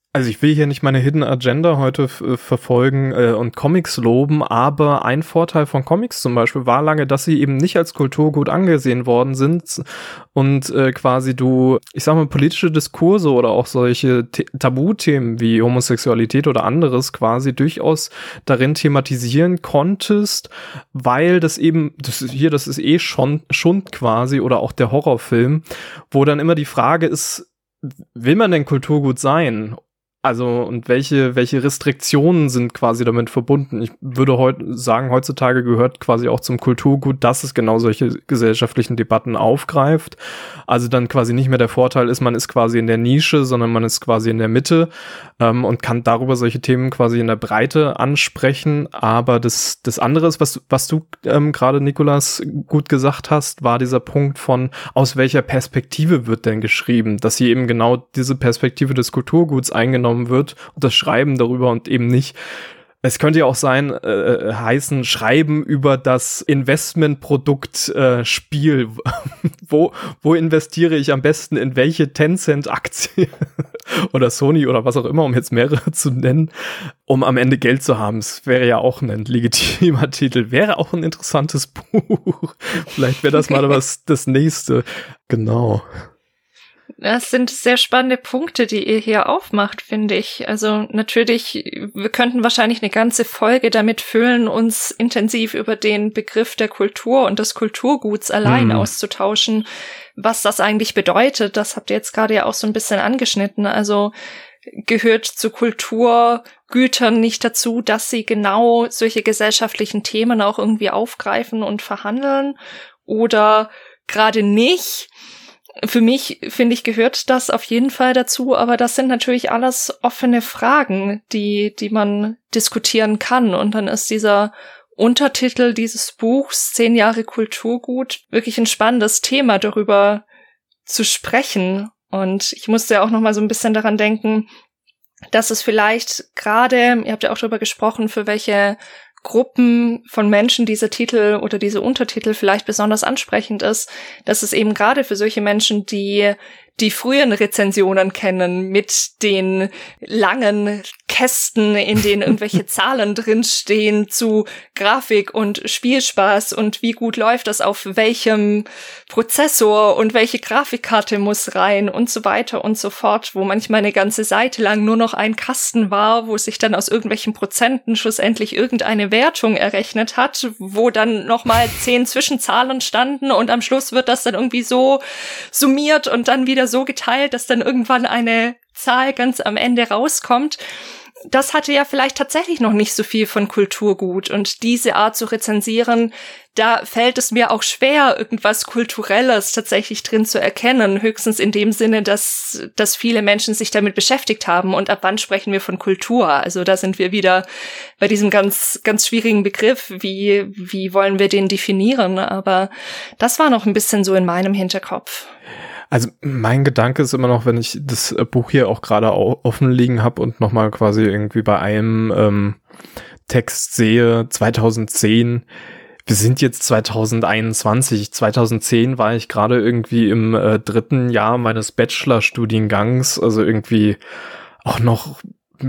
Speaker 3: Also ich will hier nicht meine Hidden Agenda heute verfolgen und Comics loben, aber ein Vorteil von Comics zum Beispiel war lange, dass sie eben nicht als Kulturgut angesehen worden sind und quasi ich sag mal, politische Diskurse oder auch solche Tabuthemen wie Homosexualität oder anderes quasi durchaus darin thematisieren konntest, weil das ist eh Schund quasi, oder auch der Horrorfilm, wo dann immer die Frage ist, will man denn Kulturgut sein? Also, und welche Restriktionen sind quasi damit verbunden? Ich würde sagen, heutzutage gehört quasi auch zum Kulturgut, dass es genau solche gesellschaftlichen Debatten aufgreift. Also dann quasi nicht mehr der Vorteil ist, man ist quasi in der Nische, sondern man ist quasi in der Mitte und kann darüber solche Themen quasi in der Breite ansprechen. Aber das andere ist, was du gerade, Nikolas, gut gesagt hast, war dieser Punkt von, aus welcher Perspektive wird denn geschrieben? Dass hier eben genau diese Perspektive des Kulturguts eingenommen wird und das Schreiben darüber und eben nicht. Es könnte ja auch heißen, Schreiben über das Investmentprodukt Spiel. Wo investiere ich am besten in welche Tencent-Aktie oder Sony oder was auch immer, um jetzt mehrere zu nennen, um am Ende Geld zu haben. Es wäre ja auch ein legitimer Titel, wäre auch ein interessantes Buch. Vielleicht wäre das mal das nächste. Genau.
Speaker 1: Das sind sehr spannende Punkte, die ihr hier aufmacht, finde ich. Also natürlich, wir könnten wahrscheinlich eine ganze Folge damit füllen, uns intensiv über den Begriff der Kultur und des Kulturguts allein auszutauschen, was das eigentlich bedeutet. Das habt ihr jetzt gerade ja auch so ein bisschen angeschnitten. Also gehört zu Kulturgütern nicht dazu, dass sie genau solche gesellschaftlichen Themen auch irgendwie aufgreifen und verhandeln oder gerade nicht? Für mich, finde ich, gehört das auf jeden Fall dazu, aber das sind natürlich alles offene Fragen, die man diskutieren kann. Und dann ist dieser Untertitel dieses Buchs, 10 Jahre Kulturgut, wirklich ein spannendes Thema, darüber zu sprechen. Und ich musste ja auch noch mal so ein bisschen daran denken, dass es vielleicht gerade, ihr habt ja auch darüber gesprochen, für welche Gruppen von Menschen dieser Titel oder diese Untertitel vielleicht besonders ansprechend ist, dass es eben gerade für solche Menschen, die frühen Rezensionen kennen mit den langen Kästen, in denen irgendwelche Zahlen drinstehen zu Grafik und Spielspaß und wie gut läuft das auf welchem Prozessor und welche Grafikkarte muss rein und so weiter und so fort, wo manchmal eine ganze Seite lang nur noch ein Kasten war, wo sich dann aus irgendwelchen Prozenten schlussendlich irgendeine Wertung errechnet hat, wo dann nochmal 10 Zwischenzahlen standen und am Schluss wird das dann irgendwie so summiert und dann wieder so geteilt, dass dann irgendwann eine Zahl ganz am Ende rauskommt. Das hatte ja vielleicht tatsächlich noch nicht so viel von Kulturgut und diese Art zu rezensieren, da fällt es mir auch schwer, irgendwas Kulturelles tatsächlich drin zu erkennen, höchstens in dem Sinne, dass viele Menschen sich damit beschäftigt haben und ab wann sprechen wir von Kultur? Also da sind wir wieder bei diesem ganz, ganz schwierigen Begriff, wie wollen wir den definieren? Aber das war noch ein bisschen so in meinem Hinterkopf.
Speaker 3: Also mein Gedanke ist immer noch, wenn ich das Buch hier auch gerade offen liegen habe und nochmal quasi irgendwie bei einem Text sehe, 2010, wir sind jetzt 2021, 2010 war ich gerade irgendwie im 3. Jahr meines Bachelorstudiengangs, also irgendwie auch noch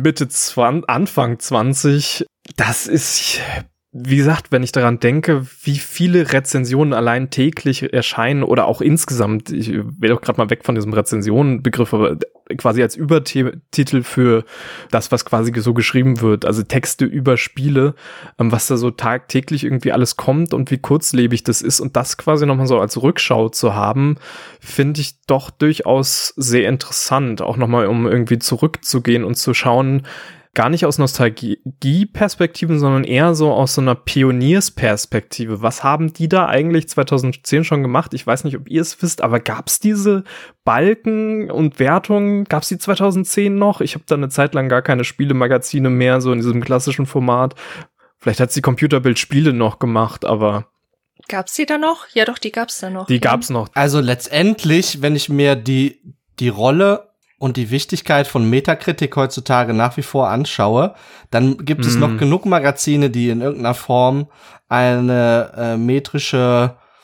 Speaker 3: Anfang 20. Das ist, wie gesagt, wenn ich daran denke, wie viele Rezensionen allein täglich erscheinen oder auch insgesamt, ich will auch gerade mal weg von diesem Rezensionenbegriff, aber quasi als Übertitel für das, was quasi so geschrieben wird, also Texte über Spiele, was da so tagtäglich irgendwie alles kommt und wie kurzlebig das ist und das quasi nochmal so als Rückschau zu haben, finde ich doch durchaus sehr interessant, auch nochmal um irgendwie zurückzugehen und zu schauen, gar nicht aus Nostalgie-Perspektiven, sondern eher so aus so einer Pioniersperspektive. Was haben die da eigentlich 2010 schon gemacht? Ich weiß nicht, ob ihr es wisst, aber gab es diese Balken und Wertungen? Gab es die 2010 noch? Ich habe da eine Zeit lang gar keine Spielemagazine mehr, so in diesem klassischen Format. Vielleicht hat die Computerbild Spiele noch gemacht, aber...
Speaker 1: Gab's die da noch? Ja doch, die gab's da noch.
Speaker 3: Die gab's noch.
Speaker 2: Also letztendlich, wenn ich mir die Rolle und die Wichtigkeit von Metakritik heutzutage nach wie vor anschaue, dann gibt es noch genug Magazine, die in irgendeiner Form eine metrische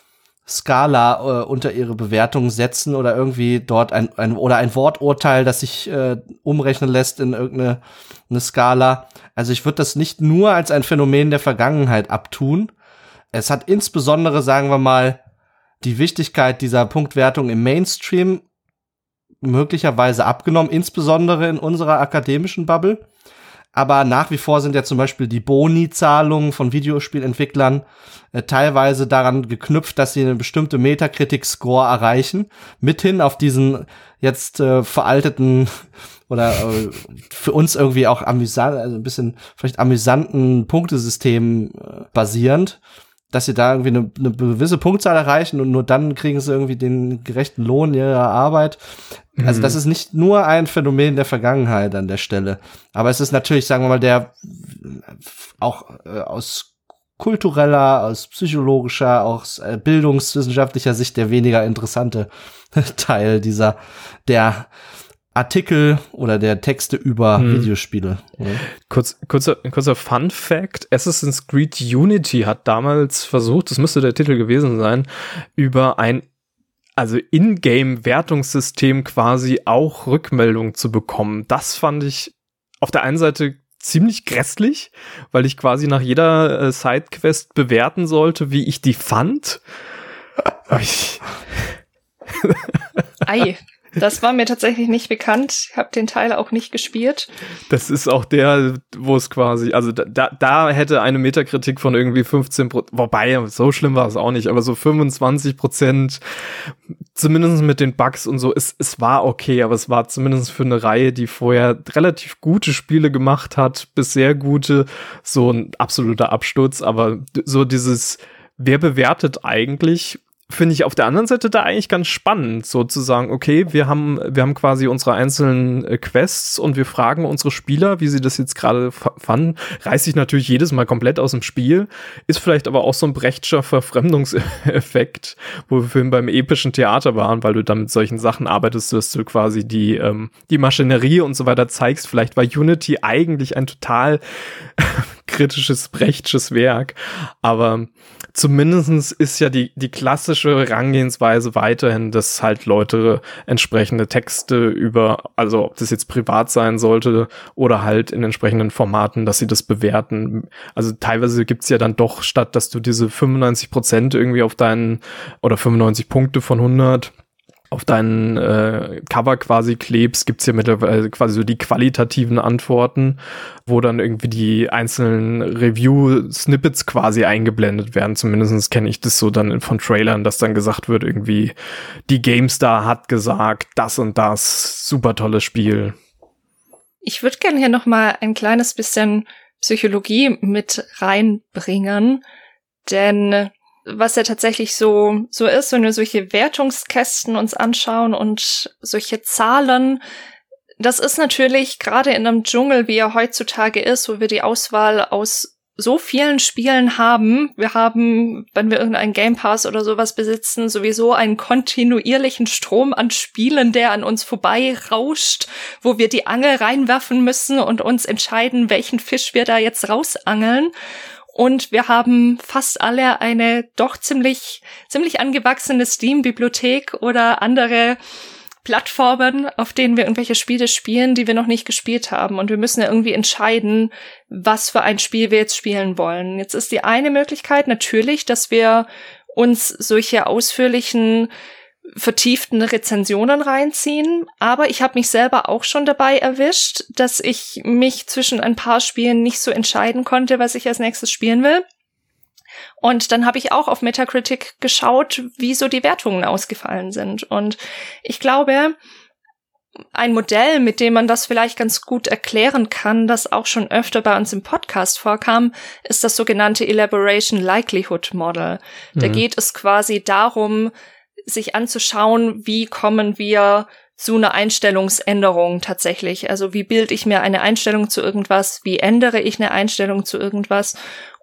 Speaker 2: Skala unter ihre Bewertung setzen oder irgendwie dort ein Worturteil, das sich umrechnen lässt in irgendeine Skala. Also ich würde das nicht nur als ein Phänomen der Vergangenheit abtun. Es hat insbesondere, sagen wir mal, die Wichtigkeit dieser Punktwertung im Mainstream möglicherweise abgenommen, insbesondere in unserer akademischen Bubble. Aber nach wie vor sind ja zum Beispiel die Boni-Zahlungen von Videospielentwicklern teilweise daran geknüpft, dass sie eine bestimmte Metacritic-Score erreichen, mithin auf diesen jetzt veralteten oder für uns irgendwie auch amüsant, also ein bisschen vielleicht amüsanten Punktesystem basierend, dass sie da irgendwie eine gewisse Punktzahl erreichen und nur dann kriegen sie irgendwie den gerechten Lohn ihrer Arbeit. Also das ist nicht nur ein Phänomen der Vergangenheit an der Stelle. Aber es ist natürlich, sagen wir mal, der auch aus kultureller, aus psychologischer, aus bildungswissenschaftlicher Sicht der weniger interessante Teil der Artikel oder der Texte über Videospiele. Ja.
Speaker 3: Kurzer Fun Fact: Assassin's Creed Unity hat damals versucht, das müsste der Titel gewesen sein, über ein In-Game-Wertungssystem quasi auch Rückmeldung zu bekommen. Das fand ich auf der einen Seite ziemlich grässlich, weil ich quasi nach jeder Sidequest bewerten sollte, wie ich die fand.
Speaker 1: Ei. Das war mir tatsächlich nicht bekannt. Ich habe den Teil auch nicht gespielt.
Speaker 3: Das ist auch der, wo es quasi, also da hätte eine Metakritik von irgendwie 15%, wobei, so schlimm war es auch nicht, aber so 25%, zumindest mit den Bugs und so, es war okay, aber es war zumindest für eine Reihe, die vorher relativ gute Spiele gemacht hat, bis sehr gute, so ein absoluter Absturz, aber so dieses, wer bewertet eigentlich, finde ich auf der anderen Seite da eigentlich ganz spannend, so zu sagen, okay, wir haben quasi unsere einzelnen Quests und wir fragen unsere Spieler, wie sie das jetzt gerade fanden. Reißt sich natürlich jedes Mal komplett aus dem Spiel, ist vielleicht aber auch so ein Brechtscher Verfremdungseffekt, wo wir vorhin beim epischen Theater waren, weil du dann mit solchen Sachen arbeitest, dass du quasi die Maschinerie und so weiter zeigst. Vielleicht war Unity eigentlich ein total kritisches, Brechtsches Werk, aber zumindestens ist ja die klassische Herangehensweise weiterhin, dass halt Leute entsprechende Texte also ob das jetzt privat sein sollte oder halt in entsprechenden Formaten, dass sie das bewerten. Also teilweise gibt's ja dann doch, statt dass du diese 95% irgendwie auf deinen, oder 95 Punkte von 100 auf deinen Cover quasi klebst, gibt's ja mittlerweile quasi so die qualitativen Antworten, wo dann irgendwie die einzelnen Review-Snippets quasi eingeblendet werden. Zumindest kenne ich das so dann von Trailern, dass dann gesagt wird, irgendwie die GameStar hat gesagt, das und das, super tolles Spiel.
Speaker 1: Ich würde gerne hier noch mal ein kleines bisschen Psychologie mit reinbringen, denn was ja tatsächlich so ist, wenn wir solche Wertungskästen uns anschauen und solche Zahlen, das ist natürlich gerade in einem Dschungel, wie er heutzutage ist, wo wir die Auswahl aus so vielen Spielen haben. Wir haben, wenn wir irgendeinen Game Pass oder sowas besitzen, sowieso einen kontinuierlichen Strom an Spielen, der an uns vorbei rauscht, wo wir die Angel reinwerfen müssen und uns entscheiden, welchen Fisch wir da jetzt rausangeln. Und wir haben fast alle eine doch ziemlich angewachsene Steam-Bibliothek oder andere Plattformen, auf denen wir irgendwelche Spiele spielen, die wir noch nicht gespielt haben. Und wir müssen ja irgendwie entscheiden, was für ein Spiel wir jetzt spielen wollen. Jetzt ist die eine Möglichkeit natürlich, dass wir uns solche ausführlichen, vertieften Rezensionen reinziehen, aber ich habe mich selber auch schon dabei erwischt, dass ich mich zwischen ein paar Spielen nicht so entscheiden konnte, was ich als nächstes spielen will. Und dann habe ich auch auf Metacritic geschaut, wie so die Wertungen ausgefallen sind. Und ich glaube, ein Modell, mit dem man das vielleicht ganz gut erklären kann, das auch schon öfter bei uns im Podcast vorkam, ist das sogenannte Elaboration Likelihood Model. Da geht es quasi darum, sich anzuschauen, wie kommen wir zu einer Einstellungsänderung tatsächlich. Also wie bilde ich mir eine Einstellung zu irgendwas, wie ändere ich eine Einstellung zu irgendwas.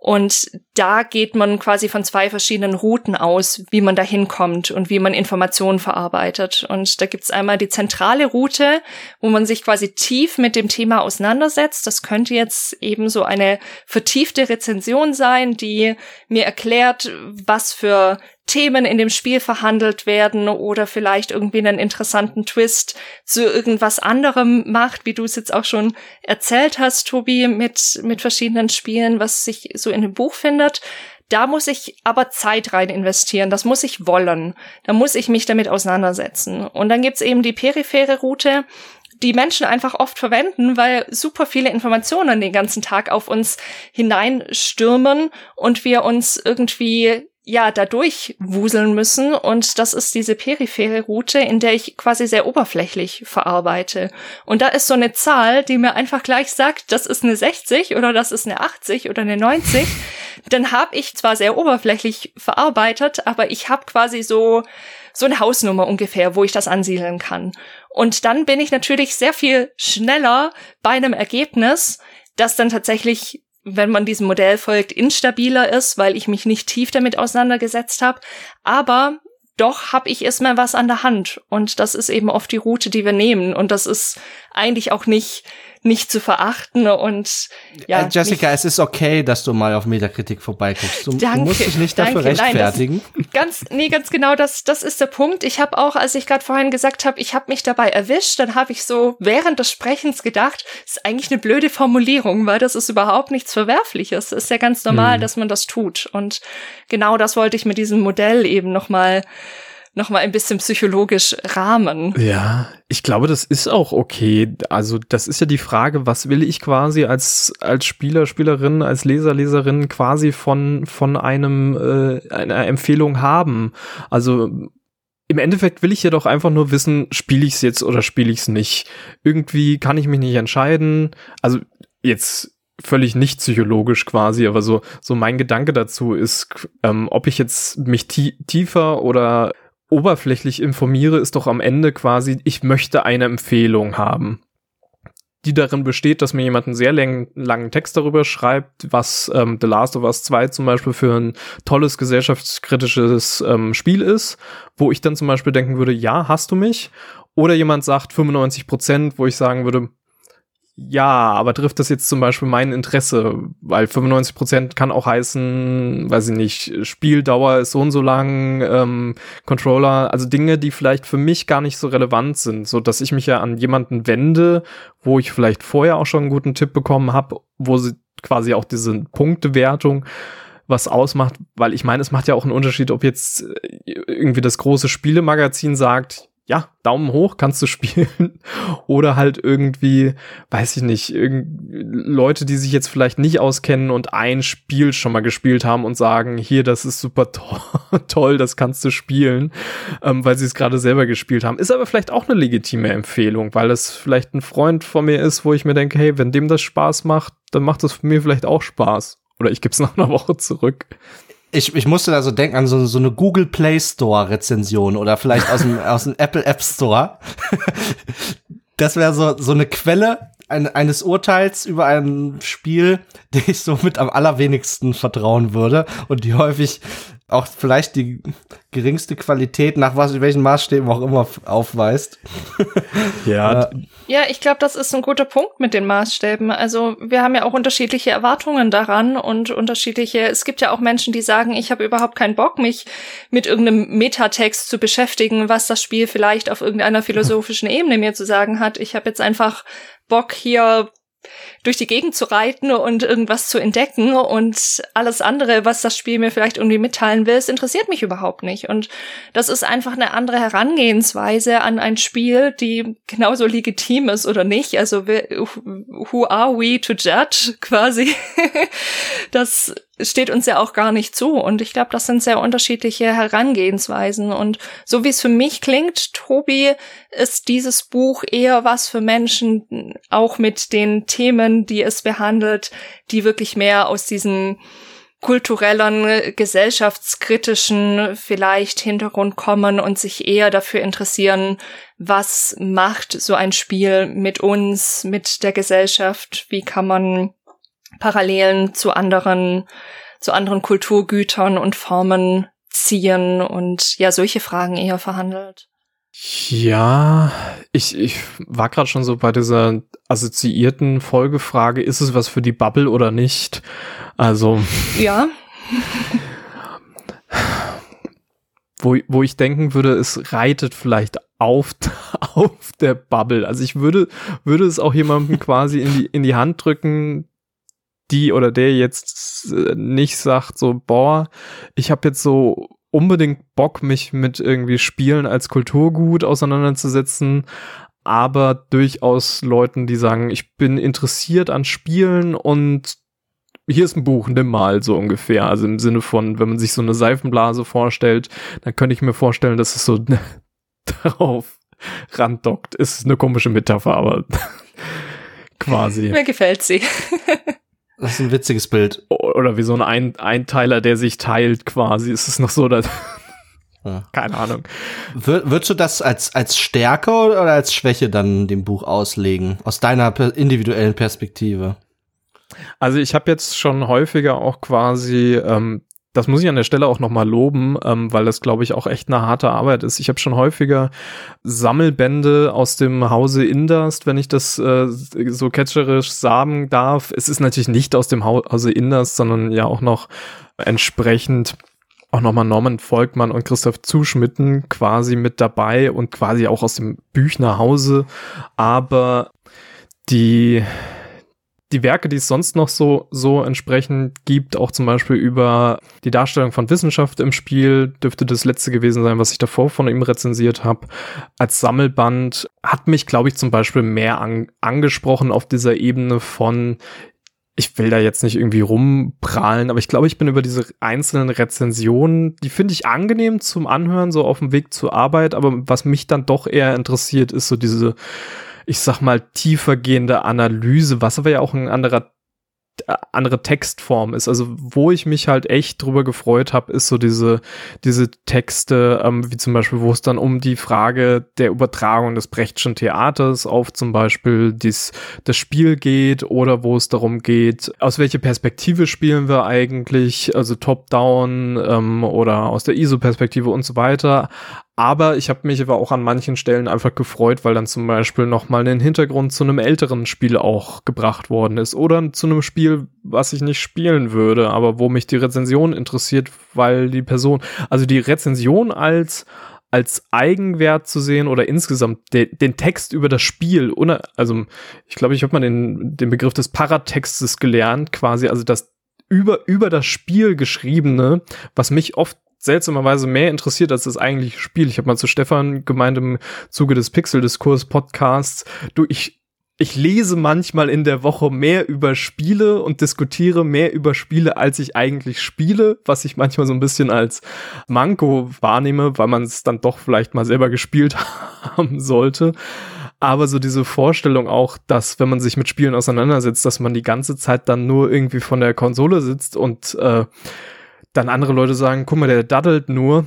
Speaker 1: Und da geht man quasi von 2 verschiedenen Routen aus, wie man da hinkommt und wie man Informationen verarbeitet. Und da gibt's einmal die zentrale Route, wo man sich quasi tief mit dem Thema auseinandersetzt. Das könnte jetzt eben so eine vertiefte Rezension sein, die mir erklärt, was für Themen in dem Spiel verhandelt werden oder vielleicht irgendwie einen interessanten Twist zu irgendwas anderem macht, wie du es jetzt auch schon erzählt hast, Tobi, mit verschiedenen Spielen, was sich so in dem Buch findet. Da muss ich aber Zeit rein investieren, das muss ich wollen, da muss ich mich damit auseinandersetzen. Und dann gibt's eben die periphere Route, die Menschen einfach oft verwenden, weil super viele Informationen den ganzen Tag auf uns hineinstürmen und wir uns irgendwie da durchwuseln müssen, und das ist diese periphere Route, in der ich quasi sehr oberflächlich verarbeite. Und da ist so eine Zahl, die mir einfach gleich sagt, das ist eine 60 oder das ist eine 80 oder eine 90. Dann habe ich zwar sehr oberflächlich verarbeitet, aber ich habe quasi so eine Hausnummer ungefähr, wo ich das ansiedeln kann. Und dann bin ich natürlich sehr viel schneller bei einem Ergebnis, das dann tatsächlich, wenn man diesem Modell folgt, instabiler ist, weil ich mich nicht tief damit auseinandergesetzt habe. Aber doch habe ich erstmal was an der Hand. Und das ist eben oft die Route, die wir nehmen. Und das ist eigentlich auch nicht zu verachten. Und
Speaker 2: Jessica, es ist okay, dass du mal auf Metakritik vorbeiguckst. Du musst dich nicht dafür rechtfertigen.
Speaker 1: Nein, ganz genau, das ist der Punkt. Ich habe auch, als ich gerade vorhin gesagt habe, ich habe mich dabei erwischt, dann habe ich so während des Sprechens gedacht, das ist eigentlich eine blöde Formulierung, weil das ist überhaupt nichts Verwerfliches. Es ist ja ganz normal, dass man das tut. Und genau das wollte ich mit diesem Modell eben noch mal ein bisschen psychologisch rahmen.
Speaker 3: Ja, ich glaube, das ist auch okay. Also das ist ja die Frage, was will ich quasi als Spieler, Spielerin, als Leser, Leserin quasi von einer Empfehlung haben. Also im Endeffekt will ich ja doch einfach nur wissen, spiele ich es jetzt oder spiele ich es nicht. Irgendwie kann ich mich nicht entscheiden. Also jetzt völlig nicht psychologisch quasi, aber so mein Gedanke dazu ist, ob ich jetzt mich tiefer oder oberflächlich informiere, ist doch am Ende quasi, ich möchte eine Empfehlung haben, die darin besteht, dass mir jemand einen sehr langen Text darüber schreibt, was The Last of Us 2 zum Beispiel für ein tolles gesellschaftskritisches Spiel ist, wo ich dann zum Beispiel denken würde, ja, hast du mich? Oder jemand sagt 95%, wo ich sagen würde, ja, aber trifft das jetzt zum Beispiel mein Interesse? Weil 95% kann auch heißen, weiß ich nicht, Spieldauer ist so und so lang, Controller, also Dinge, die vielleicht für mich gar nicht so relevant sind, so dass ich mich ja an jemanden wende, wo ich vielleicht vorher auch schon einen guten Tipp bekommen habe, wo sie quasi auch diese Punktewertung was ausmacht, weil ich meine, es macht ja auch einen Unterschied, ob jetzt irgendwie das große Spielemagazin sagt, ja, Daumen hoch, kannst du spielen. Oder halt irgendwie, weiß ich nicht, Leute, die sich jetzt vielleicht nicht auskennen und ein Spiel schon mal gespielt haben und sagen, hier, das ist super toll, das kannst du spielen, weil sie es gerade selber gespielt haben. Ist aber vielleicht auch eine legitime Empfehlung, weil es vielleicht ein Freund von mir ist, wo ich mir denke, hey, wenn dem das Spaß macht, dann macht das für mir vielleicht auch Spaß. Oder ich gebe es nach einer Woche zurück.
Speaker 2: Ich musste da so denken an so eine Google Play Store Rezension oder vielleicht aus dem Apple App Store. Das wäre so eine Quelle eines Urteils über ein Spiel, der ich so mit am allerwenigsten vertrauen würde und die häufig auch vielleicht die geringste Qualität nach welchen Maßstäben auch immer aufweist.
Speaker 3: Ja,
Speaker 1: ich glaube, das ist ein guter Punkt mit den Maßstäben. Also wir haben ja auch unterschiedliche Erwartungen daran und es gibt ja auch Menschen, die sagen, ich habe überhaupt keinen Bock, mich mit irgendeinem Metatext zu beschäftigen, was das Spiel vielleicht auf irgendeiner philosophischen Ebene mir zu sagen hat. Ich habe jetzt einfach Bock, hier durch die Gegend zu reiten und irgendwas zu entdecken, und alles andere, was das Spiel mir vielleicht irgendwie mitteilen will, es interessiert mich überhaupt nicht. Und das ist einfach eine andere Herangehensweise an ein Spiel, die genauso legitim ist oder nicht. Also who are we to judge quasi? Das steht uns ja auch gar nicht zu. Und ich glaube, das sind sehr unterschiedliche Herangehensweisen. Und so wie es für mich klingt, Tobi, ist dieses Buch eher was für Menschen, auch mit den Themen, die es behandelt, die wirklich mehr aus diesen kulturellen, gesellschaftskritischen vielleicht Hintergrund kommen und sich eher dafür interessieren, was macht so ein Spiel mit uns, mit der Gesellschaft, wie kann man Parallelen zu anderen Kulturgütern und Formen ziehen und ja, solche Fragen eher verhandelt.
Speaker 3: Ja, ich war gerade schon so bei dieser assoziierten Folgefrage, ist es was für die Bubble oder nicht? Also
Speaker 1: ja.
Speaker 3: Wo ich denken würde, es reitet vielleicht auf der Bubble. Also ich würde es auch jemandem quasi in die Hand drücken, die oder der jetzt nicht sagt so, boah, ich habe jetzt so unbedingt Bock, mich mit irgendwie Spielen als Kulturgut auseinanderzusetzen, aber durchaus Leuten, die sagen, ich bin interessiert an Spielen und hier ist ein Buch, nimm mal, so ungefähr. Also im Sinne von, wenn man sich so eine Seifenblase vorstellt, dann könnte ich mir vorstellen, dass es so darauf randockt. Ist eine komische Metapher, aber quasi.
Speaker 1: Mir gefällt sie.
Speaker 2: Das ist ein witziges Bild.
Speaker 3: Oder wie so ein Einteiler, der sich teilt quasi. Ist es noch so, dass
Speaker 2: ja.
Speaker 3: Keine Ahnung.
Speaker 2: Würdest du das als Stärke oder als Schwäche dann dem Buch auslegen? Aus deiner individuellen Perspektive?
Speaker 3: Also ich habe jetzt schon häufiger auch quasi, das muss ich an der Stelle auch nochmal loben, weil das, glaube ich, auch echt eine harte Arbeit ist. Ich habe schon häufiger Sammelbände aus dem Hause Inderst, wenn ich das so ketcherisch sagen darf. Es ist natürlich nicht aus dem Hause Inderst, sondern ja auch noch entsprechend auch nochmal Norman Volkmann und Christoph Zuschmitten quasi mit dabei und quasi auch aus dem Büchner Hause. Aber die Werke, die es sonst noch so entsprechend gibt, auch zum Beispiel über die Darstellung von Wissenschaft im Spiel, dürfte das letzte gewesen sein, was ich davor von ihm rezensiert habe, als Sammelband, hat mich, glaube ich, zum Beispiel mehr angesprochen auf dieser Ebene von, ich will da jetzt nicht irgendwie rumprahlen, aber ich glaube, ich bin über diese einzelnen Rezensionen, die finde ich angenehm zum Anhören, so auf dem Weg zur Arbeit, aber was mich dann doch eher interessiert, ist so diese, ich sag mal, tiefergehende Analyse, was aber ja auch eine andere Textform ist. Also wo ich mich halt echt drüber gefreut habe, ist so diese Texte, wie zum Beispiel, wo es dann um die Frage der Übertragung des Brechtschen Theaters auf zum Beispiel das Spiel geht oder wo es darum geht, aus welcher Perspektive spielen wir eigentlich, also Top-Down oder aus der ISO-Perspektive und so weiter. Aber ich habe mich aber auch an manchen Stellen einfach gefreut, weil dann zum Beispiel nochmal ein Hintergrund zu einem älteren Spiel auch gebracht worden ist oder zu einem Spiel, was ich nicht spielen würde, aber wo mich die Rezension interessiert, weil die Person, also die Rezension als Eigenwert zu sehen oder insgesamt den Text über das Spiel, also ich glaube, ich habe mal den Begriff des Paratextes gelernt, quasi, also das über das Spiel geschriebene, was mich oft seltsamerweise mehr interessiert als das eigentliche Spiel. Ich habe mal zu Stefan gemeint im Zuge des Pixel-Diskurs-Podcasts, ich lese manchmal in der Woche mehr über Spiele und diskutiere mehr über Spiele, als ich eigentlich spiele, was ich manchmal so ein bisschen als Manko wahrnehme, weil man es dann doch vielleicht mal selber gespielt haben sollte. Aber so diese Vorstellung auch, dass, wenn man sich mit Spielen auseinandersetzt, dass man die ganze Zeit dann nur irgendwie von der Konsole sitzt und dann andere Leute sagen, guck mal, der daddelt nur.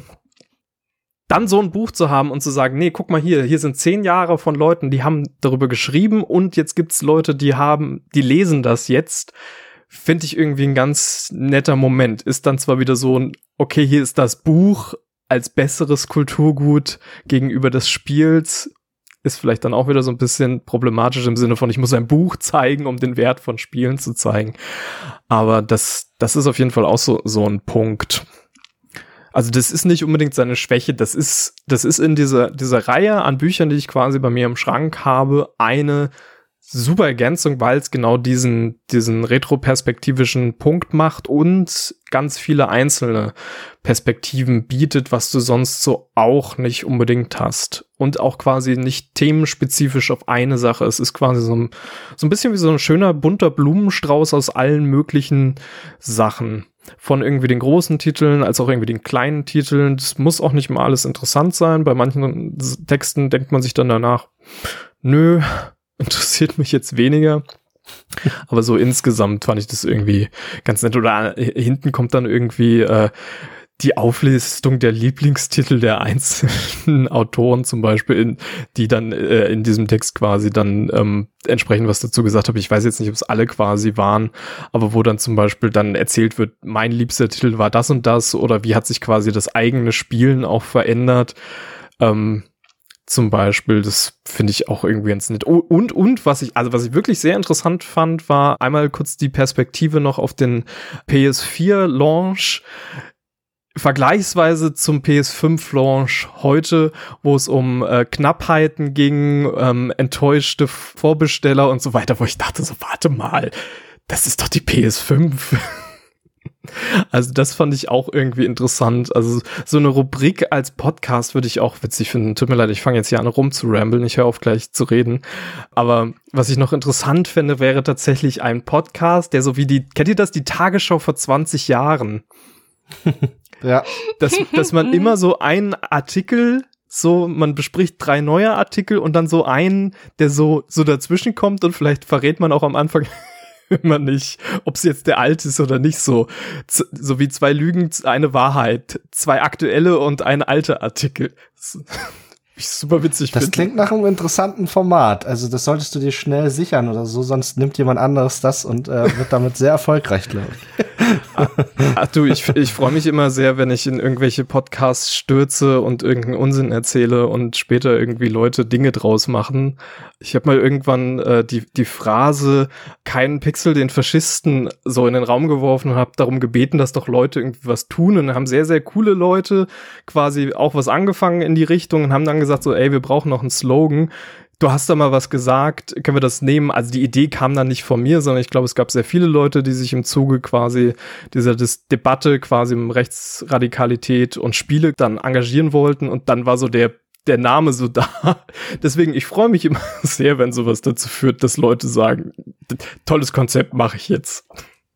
Speaker 3: Dann so ein Buch zu haben und zu sagen, nee, guck mal hier sind 10 Jahre von Leuten, die haben darüber geschrieben und jetzt gibt's Leute, die lesen das jetzt, finde ich irgendwie ein ganz netter Moment. Ist dann zwar wieder so ein, okay, hier ist das Buch als besseres Kulturgut gegenüber des Spiels, ist vielleicht dann auch wieder so ein bisschen problematisch im Sinne von, ich muss ein Buch zeigen, um den Wert von Spielen zu zeigen. Aber das ist auf jeden Fall auch so ein Punkt. Also das ist nicht unbedingt seine Schwäche, das ist in dieser Reihe an Büchern, die ich quasi bei mir im Schrank habe, eine super Ergänzung, weil es genau diesen retroperspektivischen Punkt macht und ganz viele einzelne Perspektiven bietet, was du sonst so auch nicht unbedingt hast. Und auch quasi nicht themenspezifisch auf eine Sache. Es ist quasi so ein bisschen wie so ein schöner, bunter Blumenstrauß aus allen möglichen Sachen. Von irgendwie den großen Titeln als auch irgendwie den kleinen Titeln. Das muss auch nicht mal alles interessant sein. Bei manchen Texten denkt man sich dann danach, nö, interessiert mich jetzt weniger. Aber so insgesamt fand ich das irgendwie ganz nett. Oder hinten kommt dann irgendwie die Auflistung der Lieblingstitel der einzelnen Autoren zum Beispiel, die dann in diesem Text quasi dann entsprechend was dazu gesagt habe. Ich weiß jetzt nicht, ob es alle quasi waren, aber wo dann zum Beispiel dann erzählt wird, mein liebster Titel war das und das oder wie hat sich quasi das eigene Spielen auch verändert. Zum Beispiel, das finde ich auch irgendwie ganz nett. Und was ich wirklich sehr interessant fand, war einmal kurz die Perspektive noch auf den PS4-Launch, vergleichsweise zum PS5-Launch heute, wo es um Knappheiten ging, enttäuschte Vorbesteller und so weiter, wo ich dachte so, warte mal, das ist doch die PS5. Also das fand ich auch irgendwie interessant. Also so eine Rubrik als Podcast würde ich auch witzig finden. Tut mir leid, ich fange jetzt hier an rumzurambeln. Ich höre auf gleich zu reden. Aber was ich noch interessant fände, wäre tatsächlich ein Podcast, der so wie kennt ihr das? Die Tagesschau vor 20 Jahren.
Speaker 2: Ja.
Speaker 3: Dass man immer so einen Artikel, so man bespricht 3 neue Artikel und dann so einen, der so dazwischen kommt und vielleicht verrät man auch am Anfang immer nicht, ob es jetzt der alte ist oder nicht, so wie 2 Lügen, eine Wahrheit, 2 aktuelle und ein alter Artikel. Ich super witzig finde.
Speaker 2: Das klingt nach einem interessanten Format. Also das solltest du dir schnell sichern oder so, sonst nimmt jemand anderes das und wird damit sehr erfolgreich, glaube ich.
Speaker 3: Ach du, ich freue mich immer sehr, wenn ich in irgendwelche Podcasts stürze und irgendeinen Unsinn erzähle und später irgendwie Leute Dinge draus machen. Ich habe mal irgendwann die Phrase keinen Pixel den Faschisten so in den Raum geworfen und habe darum gebeten, dass doch Leute irgendwie was tun, und dann haben sehr, sehr coole Leute quasi auch was angefangen in die Richtung und haben dann gesagt so, ey, wir brauchen noch einen Slogan. Du hast da mal was gesagt, können wir das nehmen? Also die Idee kam dann nicht von mir, sondern ich glaube, es gab sehr viele Leute, die sich im Zuge quasi dieser Debatte quasi um Rechtsradikalität und Spiele dann engagieren wollten, und dann war so der Name so da. Deswegen, ich freue mich immer sehr, wenn sowas dazu führt, dass Leute sagen, tolles Konzept, mache ich jetzt.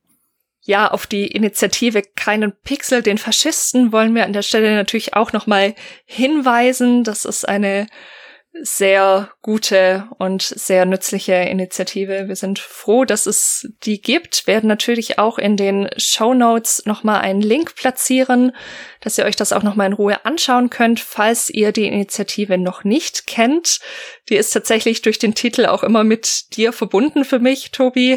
Speaker 1: Ja, auf die Initiative Keinen Pixel den Faschisten wollen wir an der Stelle natürlich auch nochmal hinweisen. Das ist eine sehr gute und sehr nützliche Initiative. Wir sind froh, dass es die gibt. Werden natürlich auch in den Shownotes nochmal einen Link platzieren, dass ihr euch das auch nochmal in Ruhe anschauen könnt, falls ihr die Initiative noch nicht kennt. Die ist tatsächlich durch den Titel auch immer mit dir verbunden für mich, Tobi.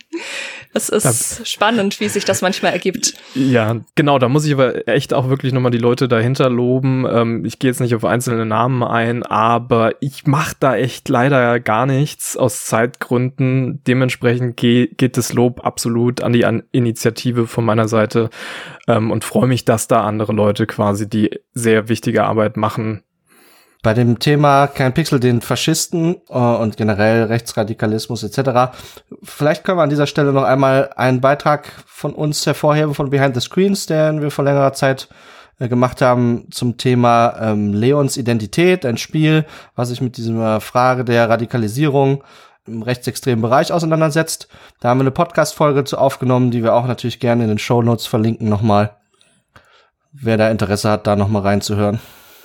Speaker 1: Das ist spannend, wie sich das manchmal ergibt.
Speaker 3: Ja, genau, da muss ich aber echt auch wirklich nochmal die Leute dahinter loben. Ich gehe jetzt nicht auf einzelne Namen ein, aber ich mache da echt leider gar nichts aus Zeitgründen. Dementsprechend geht das Lob absolut an die Initiative von meiner Seite und freue mich, dass da andere Leute quasi die sehr wichtige Arbeit machen.
Speaker 2: Bei dem Thema Kein Pixel den Faschisten und generell Rechtsradikalismus etc. Vielleicht können wir an dieser Stelle noch einmal einen Beitrag von uns hervorheben, von Behind the Screens, den wir vor längerer Zeit gemacht haben zum Thema Leons Identität, ein Spiel, was sich mit dieser Frage der Radikalisierung im rechtsextremen Bereich auseinandersetzt. Da haben wir eine Podcast-Folge zu aufgenommen, die wir auch natürlich gerne in den Shownotes verlinken nochmal. Wer da Interesse hat, da nochmal reinzuhören.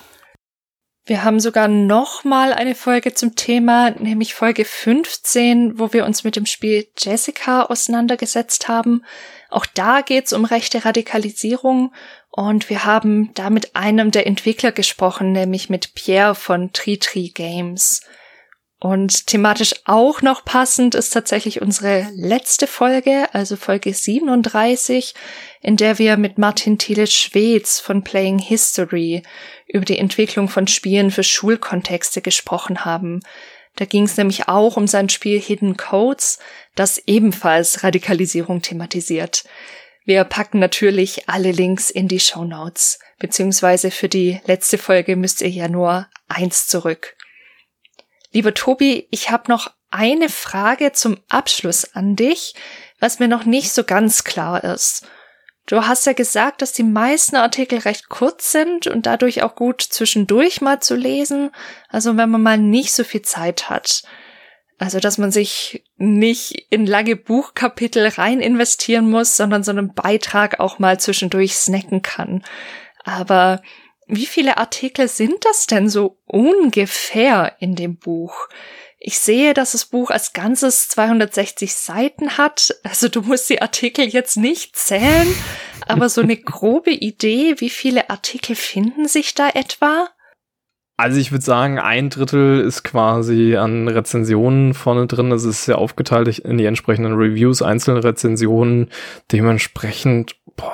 Speaker 1: Wir haben sogar noch mal eine Folge zum Thema, nämlich Folge 15, wo wir uns mit dem Spiel Jessica auseinandergesetzt haben. Auch da geht's um rechte Radikalisierung, und wir haben da mit einem der Entwickler gesprochen, nämlich mit Pierre von Tri Games. Und thematisch auch noch passend ist tatsächlich unsere letzte Folge, also Folge 37, in der wir mit Martin Thiele-Schwedz von Playing History über die Entwicklung von Spielen für Schulkontexte gesprochen haben. Da ging es nämlich auch um sein Spiel Hidden Codes, das ebenfalls Radikalisierung thematisiert. Wir packen natürlich alle Links in die Shownotes, beziehungsweise für die letzte Folge müsst ihr ja nur 1 zurück. Lieber Tobi, ich habe noch eine Frage zum Abschluss an dich, was mir noch nicht so ganz klar ist. Du hast ja gesagt, dass die meisten Artikel recht kurz sind und dadurch auch gut zwischendurch mal zu lesen, also wenn man mal nicht so viel Zeit hat. Also, dass man sich nicht in lange Buchkapitel rein investieren muss, sondern so einen Beitrag auch mal zwischendurch snacken kann. Aber wie viele Artikel sind das denn so ungefähr in dem Buch? Ich sehe, dass das Buch als Ganzes 260 Seiten hat. Also du musst die Artikel jetzt nicht zählen, Aber so eine grobe Idee, wie viele Artikel finden sich da etwa?
Speaker 3: Also ich würde sagen, 1/3 ist quasi an Rezensionen vorne drin. Es ist ja aufgeteilt in die entsprechenden Reviews, einzelne Rezensionen. Dementsprechend,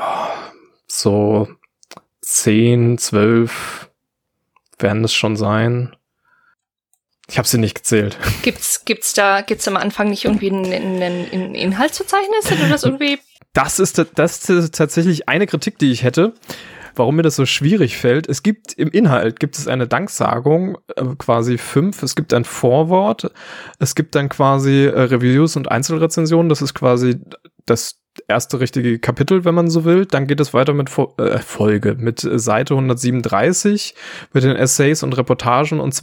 Speaker 3: so 10, 12 werden es schon sein. Ich habe sie nicht gezählt.
Speaker 1: Gibt's am Anfang nicht irgendwie ein Inhaltsverzeichnis oder das irgendwie?
Speaker 3: Das ist tatsächlich eine Kritik, die ich hätte. Warum mir das so schwierig fällt. Im Inhalt gibt es eine Danksagung, quasi 5. Es gibt ein Vorwort. Es gibt dann quasi Reviews und Einzelrezensionen. Das ist quasi das erste richtige Kapitel, wenn man so will. Dann geht es weiter mit Folge, mit Seite 137, mit den Essays und Reportagen, und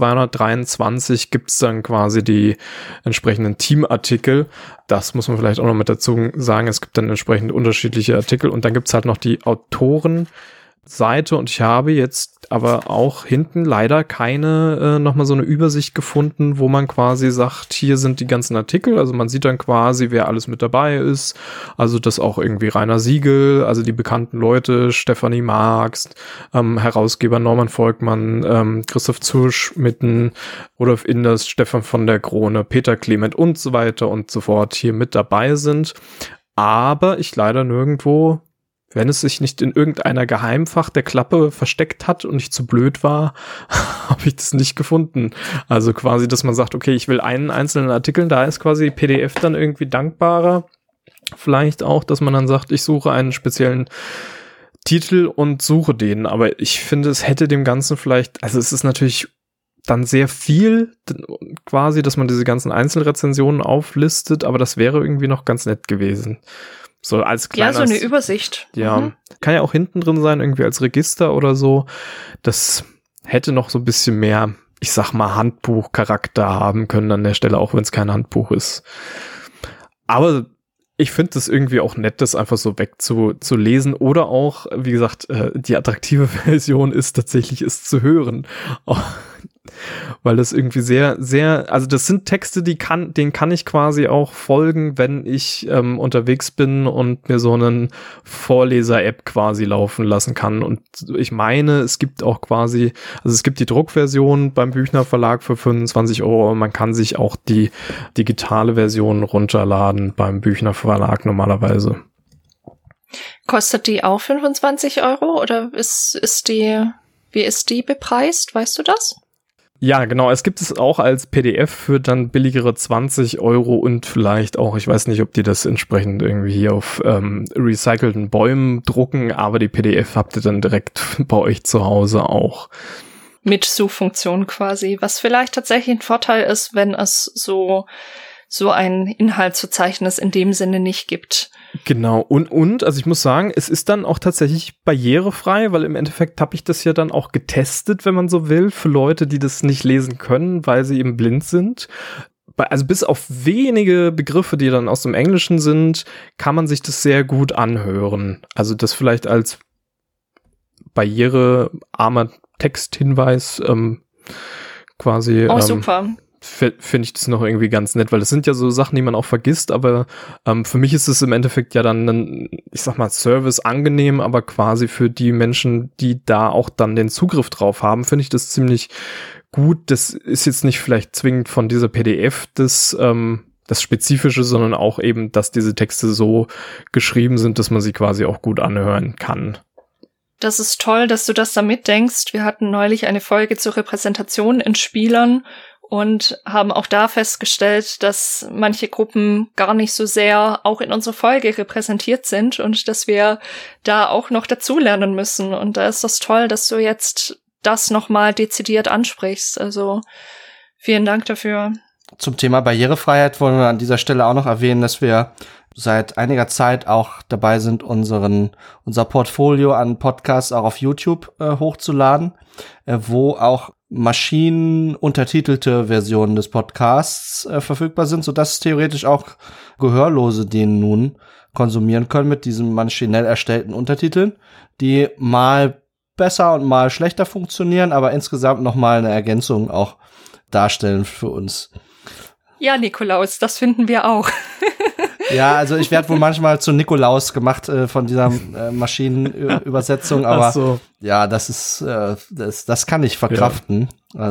Speaker 3: 223 gibt's dann quasi die entsprechenden Teamartikel. Das muss man vielleicht auch noch mit dazu sagen. Es gibt dann entsprechend unterschiedliche Artikel, und dann gibt's halt noch die Autorenseite, und ich habe jetzt aber auch hinten leider keine nochmal so eine Übersicht gefunden, wo man quasi sagt, hier sind die ganzen Artikel, also man sieht dann quasi, wer alles mit dabei ist, also das auch irgendwie Rainer Siegel, also die bekannten Leute, Stefanie Marx, Herausgeber Norman Volkmann, Christoph Zurschmitten, Rudolf Inders, Stefan von der Krone, Peter Clement und so weiter und so fort hier mit dabei sind, aber ich leider nirgendwo, wenn es sich nicht in irgendeiner Geheimfach der Klappe versteckt hat und ich zu blöd war, habe ich das nicht gefunden. Also quasi, dass man sagt, okay, ich will einen einzelnen Artikel, da ist quasi PDF dann irgendwie dankbarer. Vielleicht auch, dass man dann sagt, ich suche einen speziellen Titel und suche den. Aber ich finde, es hätte dem Ganzen vielleicht, also es ist natürlich dann sehr viel quasi, dass man diese ganzen Einzelrezensionen auflistet, aber das wäre irgendwie noch ganz nett gewesen. So als kleines,
Speaker 1: ja, so eine Übersicht.
Speaker 3: Ja, kann ja auch hinten drin sein, irgendwie als Register oder so. Das hätte noch so ein bisschen mehr, ich sag mal, Handbuchcharakter haben können an der Stelle, auch wenn es kein Handbuch ist. Aber ich finde das irgendwie auch nett, das einfach so zu lesen, oder auch, wie gesagt, die attraktive Version ist tatsächlich, es zu hören. Weil das irgendwie sehr, sehr, also das sind Texte, denen kann ich quasi auch folgen, wenn ich unterwegs bin und mir so einen Vorleser-App quasi laufen lassen kann. Und ich meine, es gibt auch quasi, also es gibt die Druckversion beim Büchner Verlag für 25 €, aber man kann sich auch die digitale Version runterladen beim Büchner Verlag normalerweise.
Speaker 1: Kostet die auch 25 € oder wie ist die bepreist? Weißt du das?
Speaker 3: Ja, genau. Es gibt es auch als PDF für dann billigere 20 € und vielleicht auch, ich weiß nicht, ob die das entsprechend irgendwie hier auf recycelten Bäumen drucken, aber die PDF habt ihr dann direkt bei euch zu Hause auch.
Speaker 1: Mit Suchfunktion quasi, was vielleicht tatsächlich ein Vorteil ist, wenn es so ein Inhaltsverzeichnis in dem Sinne nicht gibt.
Speaker 3: Genau, und also ich muss sagen, es ist dann auch tatsächlich barrierefrei, weil im Endeffekt habe ich das ja dann auch getestet, wenn man so will, für Leute, die das nicht lesen können, weil sie eben blind sind. Also bis auf wenige Begriffe, die dann aus dem Englischen sind, kann man sich das sehr gut anhören. Also das vielleicht als barrierearmer Texthinweis quasi.
Speaker 1: Oh, super.
Speaker 3: Finde ich das noch irgendwie ganz nett, weil das sind ja so Sachen, die man auch vergisst, aber für mich ist es im Endeffekt ja dann ein, ich sag mal, Service angenehm, aber quasi für die Menschen, die da auch dann den Zugriff drauf haben, finde ich das ziemlich gut. Das ist jetzt nicht vielleicht zwingend von dieser PDF das Spezifische, sondern auch eben, dass diese Texte so geschrieben sind, dass man sie quasi auch gut anhören kann.
Speaker 1: Das ist toll, dass du das da mitdenkst. Wir hatten neulich eine Folge zur Repräsentation in Spielern und haben auch da festgestellt, dass manche Gruppen gar nicht so sehr auch in unserer Folge repräsentiert sind und dass wir da auch noch dazulernen müssen. Und da ist das toll, dass du jetzt das nochmal dezidiert ansprichst. Also vielen Dank dafür.
Speaker 2: Zum Thema Barrierefreiheit wollen wir an dieser Stelle auch noch erwähnen, dass wir seit einiger Zeit auch dabei sind, unser Portfolio an Podcasts auch auf YouTube hochzuladen, wo auch maschinenuntertitelte Versionen des Podcasts verfügbar sind, sodass theoretisch auch Gehörlose den nun konsumieren können mit diesen maschinell erstellten Untertiteln, die mal besser und mal schlechter funktionieren, aber insgesamt nochmal eine Ergänzung auch darstellen für uns.
Speaker 1: Ja, Nikolaus, das finden wir auch.
Speaker 2: Ja, also ich werde wohl manchmal zu Nikolaus gemacht von dieser Maschinenübersetzung, aber
Speaker 3: Ach so.
Speaker 2: ja, das kann ich verkraften. Ja.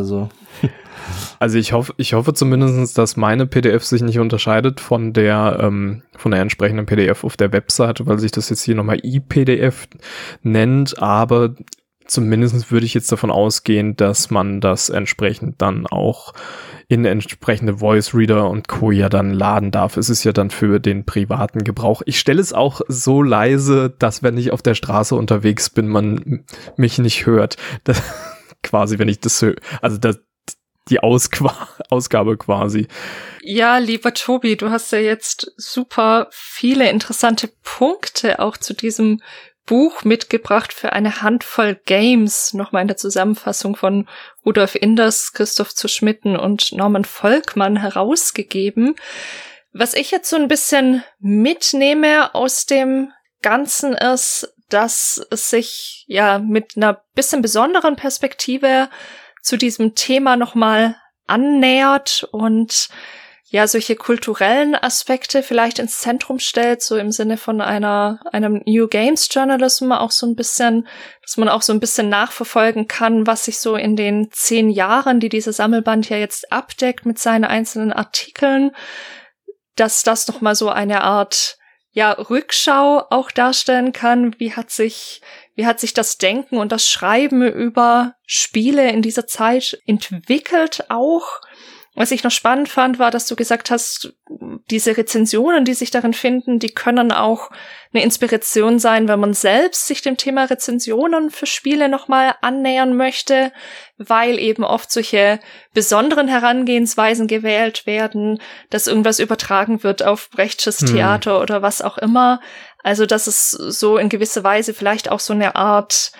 Speaker 3: Also ich hoffe zumindest, dass meine PDF sich nicht unterscheidet von der entsprechenden PDF auf der Webseite, weil sich das jetzt hier nochmal ePDF nennt, aber zumindest würde ich jetzt davon ausgehen, dass man das entsprechend dann auch in entsprechende Voice Reader und Co. ja dann laden darf. Es ist ja dann für den privaten Gebrauch. Ich stelle es auch so leise, dass wenn ich auf der Straße unterwegs bin, man mich nicht hört. Das, quasi, wenn ich das höre. Also die Ausgabe quasi.
Speaker 1: Ja, lieber Tobi, du hast ja jetzt super viele interessante Punkte auch zu diesem Buch mitgebracht für eine Handvoll Games, nochmal in der Zusammenfassung von Rudolf Inders, Christoph zu Schmitten und Norman Volkmann herausgegeben. Was ich jetzt so ein bisschen mitnehme aus dem Ganzen ist, dass es sich ja mit einer bisschen besonderen Perspektive zu diesem Thema nochmal annähert und ja, solche kulturellen Aspekte vielleicht ins Zentrum stellt, so im Sinne von einem New Games Journalism auch so ein bisschen, dass man auch so ein bisschen nachverfolgen kann, was sich so in den 10 Jahren, die dieser Sammelband ja jetzt abdeckt mit seinen einzelnen Artikeln, dass das nochmal so eine Art, ja, Rückschau auch darstellen kann. Wie hat sich das Denken und das Schreiben über Spiele in dieser Zeit entwickelt auch? Was ich noch spannend fand, war, dass du gesagt hast, diese Rezensionen, die sich darin finden, die können auch eine Inspiration sein, wenn man selbst sich dem Thema Rezensionen für Spiele nochmal annähern möchte, weil eben oft solche besonderen Herangehensweisen gewählt werden, dass irgendwas übertragen wird auf Brechtsches Theater oder was auch immer. Also, dass es so in gewisser Weise vielleicht auch so eine Art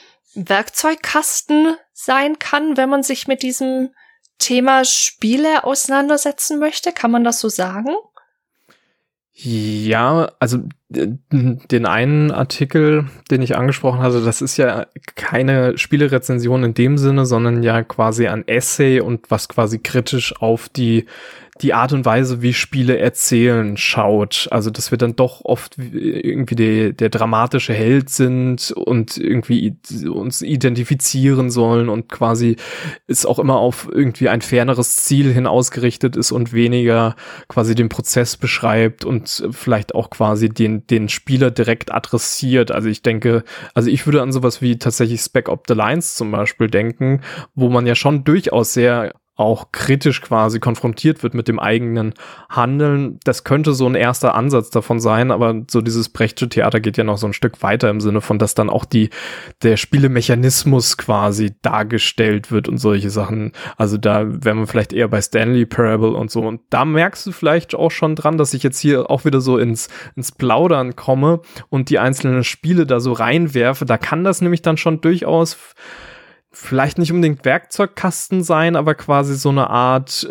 Speaker 1: Werkzeugkasten sein kann, wenn man sich mit diesem Thema Spiele auseinandersetzen möchte. Kann man das so sagen?
Speaker 3: Ja, also den einen Artikel, den ich angesprochen hatte, das ist ja keine Spielerezension in dem Sinne, sondern ja quasi ein Essay und was quasi kritisch auf die Art und Weise, wie Spiele erzählen, schaut. Also, dass wir dann doch oft irgendwie der dramatische Held sind und irgendwie uns identifizieren sollen und quasi es auch immer auf irgendwie ein ferneres Ziel hin ausgerichtet ist und weniger quasi den Prozess beschreibt und vielleicht auch quasi den Spieler direkt adressiert. Also ich denke, ich würde an sowas wie tatsächlich Spec Ops The Lines zum Beispiel denken, wo man ja schon durchaus sehr auch kritisch quasi konfrontiert wird mit dem eigenen Handeln. Das könnte so ein erster Ansatz davon sein, aber so dieses Brechtsche Theater geht ja noch so ein Stück weiter im Sinne von, dass dann auch der Spielemechanismus quasi dargestellt wird und solche Sachen. Also da wären wir vielleicht eher bei Stanley Parable und so. Und da merkst du vielleicht auch schon dran, dass ich jetzt hier auch wieder so ins Plaudern komme und die einzelnen Spiele da so reinwerfe. Da kann das nämlich dann schon durchaus vielleicht nicht unbedingt Werkzeugkasten sein, aber quasi so eine Art,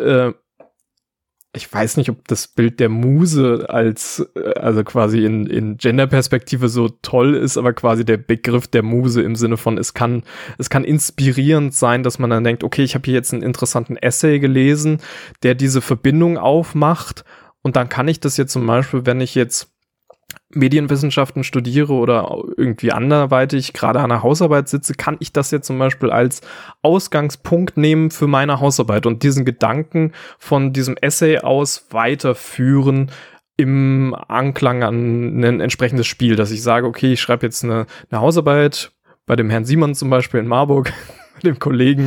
Speaker 3: ich weiß nicht, ob das Bild der Muse also quasi in Genderperspektive so toll ist, aber quasi der Begriff der Muse im Sinne von, es kann inspirierend sein, dass man dann denkt, okay, ich habe hier jetzt einen interessanten Essay gelesen, der diese Verbindung aufmacht und dann kann ich das jetzt zum Beispiel, wenn ich jetzt Medienwissenschaften studiere oder irgendwie anderweitig gerade an der Hausarbeit sitze, kann ich das jetzt zum Beispiel als Ausgangspunkt nehmen für meine Hausarbeit und diesen Gedanken von diesem Essay aus weiterführen im Anklang an ein entsprechendes Spiel, dass ich sage, okay, ich schreibe jetzt eine Hausarbeit bei dem Herrn Simon zum Beispiel in Marburg, dem Kollegen.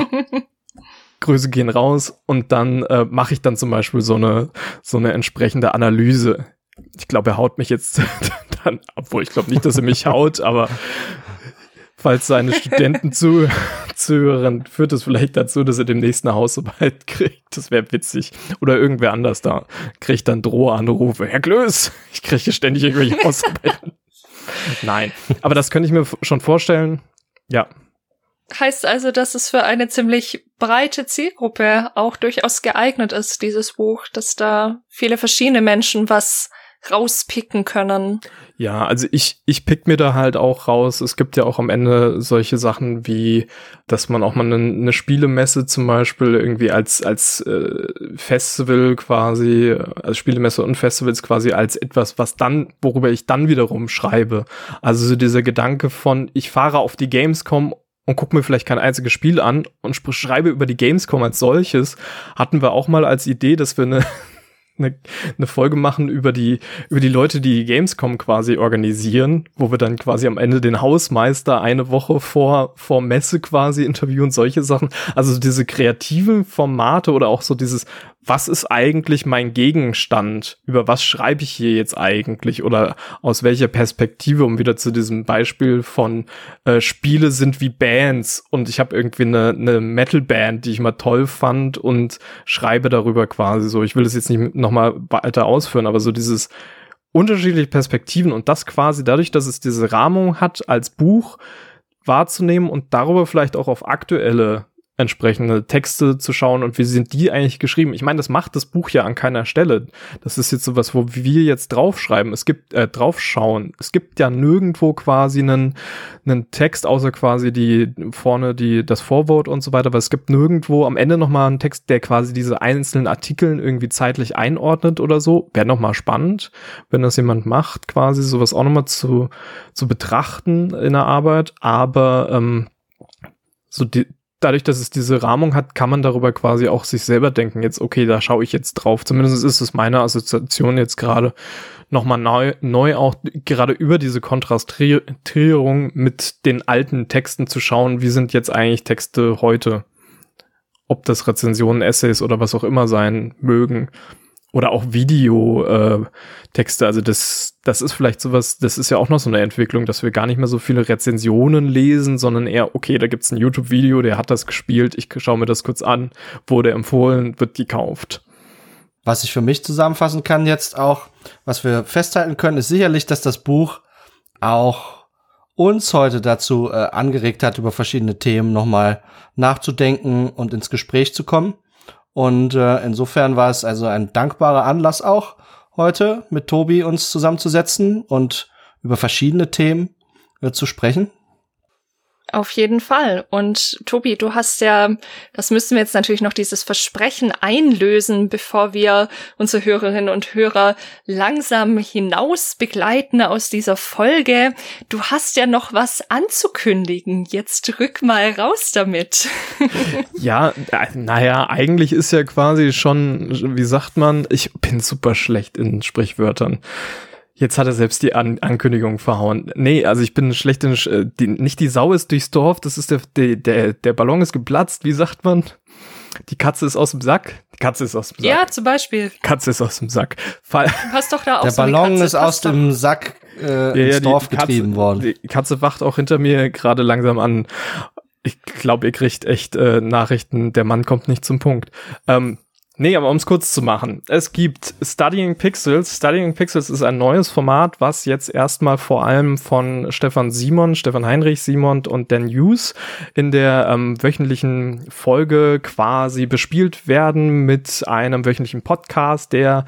Speaker 3: Grüße gehen raus und dann mache ich dann zum Beispiel so eine entsprechende Analyse. Ich glaube, er haut mich jetzt dann, obwohl ich glaube nicht, dass er mich haut, aber falls seine Studenten zuhören, führt es vielleicht dazu, dass er demnächst eine Hausarbeit kriegt. Das wäre witzig. Oder irgendwer anders da kriegt dann Drohanrufe. Herr Klöß, ich kriege hier ständig irgendwelche Hausarbeiten. Nein, aber das könnte ich mir schon vorstellen. Ja.
Speaker 1: Heißt also, dass es für eine ziemlich breite Zielgruppe auch durchaus geeignet ist, dieses Buch, dass da viele verschiedene Menschen was rauspicken können?
Speaker 3: Ja, also ich pick mir da halt auch raus. Es gibt ja auch am Ende solche Sachen wie, dass man auch mal eine Spielemesse zum Beispiel irgendwie als Festival quasi, als Spielemesse und Festivals quasi als etwas, worüber ich dann wiederum schreibe. Also so dieser Gedanke von, ich fahre auf die Gamescom und gucke mir vielleicht kein einziges Spiel an und schreibe über die Gamescom als solches, hatten wir auch mal als Idee, dass wir eine Folge machen über die Leute, die Gamescom quasi organisieren, wo wir dann quasi am Ende den Hausmeister eine Woche vor Messe quasi interviewen, solche Sachen. Also diese kreativen Formate oder auch so dieses, was ist eigentlich mein Gegenstand? Über was schreibe ich hier jetzt eigentlich? Oder aus welcher Perspektive? Um wieder zu diesem Beispiel von Spiele sind wie Bands und ich habe irgendwie eine Metal-Band, die ich mal toll fand und schreibe darüber quasi so. Ich will das jetzt nicht nochmal weiter ausführen, aber so dieses unterschiedliche Perspektiven und das quasi dadurch, dass es diese Rahmung hat, als Buch wahrzunehmen und darüber vielleicht auch auf aktuelle entsprechende Texte zu schauen und wie sind die eigentlich geschrieben. Ich meine, das macht das Buch ja an keiner Stelle. Das ist jetzt sowas, wo wir jetzt draufschreiben. Es gibt draufschauen. Es gibt ja nirgendwo quasi einen Text, außer quasi das Vorwort und so weiter, aber es gibt nirgendwo am Ende nochmal einen Text, der quasi diese einzelnen Artikeln irgendwie zeitlich einordnet oder so. Wäre nochmal spannend, wenn das jemand macht, quasi sowas auch nochmal zu betrachten in der Arbeit, aber dadurch, dass es diese Rahmung hat, kann man darüber quasi auch sich selber denken, jetzt, okay, da schaue ich jetzt drauf. Zumindest ist es meine Assoziation jetzt gerade nochmal neu auch gerade über diese Kontrastierung mit den alten Texten zu schauen, wie sind jetzt eigentlich Texte heute? Ob das Rezensionen, Essays oder was auch immer sein mögen. Oder auch Videotexte, also das ist vielleicht sowas, das ist ja auch noch so eine Entwicklung, dass wir gar nicht mehr so viele Rezensionen lesen, sondern eher, okay, da gibt's ein YouTube-Video, der hat das gespielt, ich schaue mir das kurz an, wurde empfohlen, wird gekauft.
Speaker 2: Was ich für mich zusammenfassen kann jetzt auch, was wir festhalten können, ist sicherlich, dass das Buch auch uns heute dazu angeregt hat, über verschiedene Themen nochmal nachzudenken und ins Gespräch zu kommen. Und insofern war es also ein dankbarer Anlass auch heute mit Tobi uns zusammenzusetzen und über verschiedene Themen zu sprechen.
Speaker 1: Auf jeden Fall. Und Tobi, du hast ja, das müssen wir jetzt natürlich noch dieses Versprechen einlösen, bevor wir unsere Hörerinnen und Hörer langsam hinaus begleiten aus dieser Folge. Du hast ja noch was anzukündigen. Jetzt rück mal raus damit.
Speaker 3: Ja, naja, eigentlich ist ja quasi schon, wie sagt man, ich bin super schlecht in Sprichwörtern. Jetzt hat er selbst die Ankündigung verhauen. Nee, also ich bin schlecht in, nicht die Sau ist durchs Dorf, das ist der Ballon ist geplatzt, wie sagt man? Die Katze ist aus dem Sack. Die Katze ist aus dem Sack.
Speaker 1: Ja, zum Beispiel.
Speaker 3: Die Katze ist aus dem Sack.
Speaker 1: Du hast doch da auch
Speaker 2: der
Speaker 1: so
Speaker 2: Ballon
Speaker 1: eine Katze,
Speaker 2: ist aus dem Sack ins Dorf getrieben worden.
Speaker 3: Die Katze wacht auch hinter mir gerade langsam an. Ich glaube, ihr kriegt echt Nachrichten, der Mann kommt nicht zum Punkt. Nee, aber um es kurz zu machen. Es gibt Studying Pixels. Studying Pixels ist ein neues Format, was jetzt erstmal vor allem von Stefan Heinrich Simon und Dan Hughes in der wöchentlichen Folge quasi bespielt werden mit einem wöchentlichen Podcast, der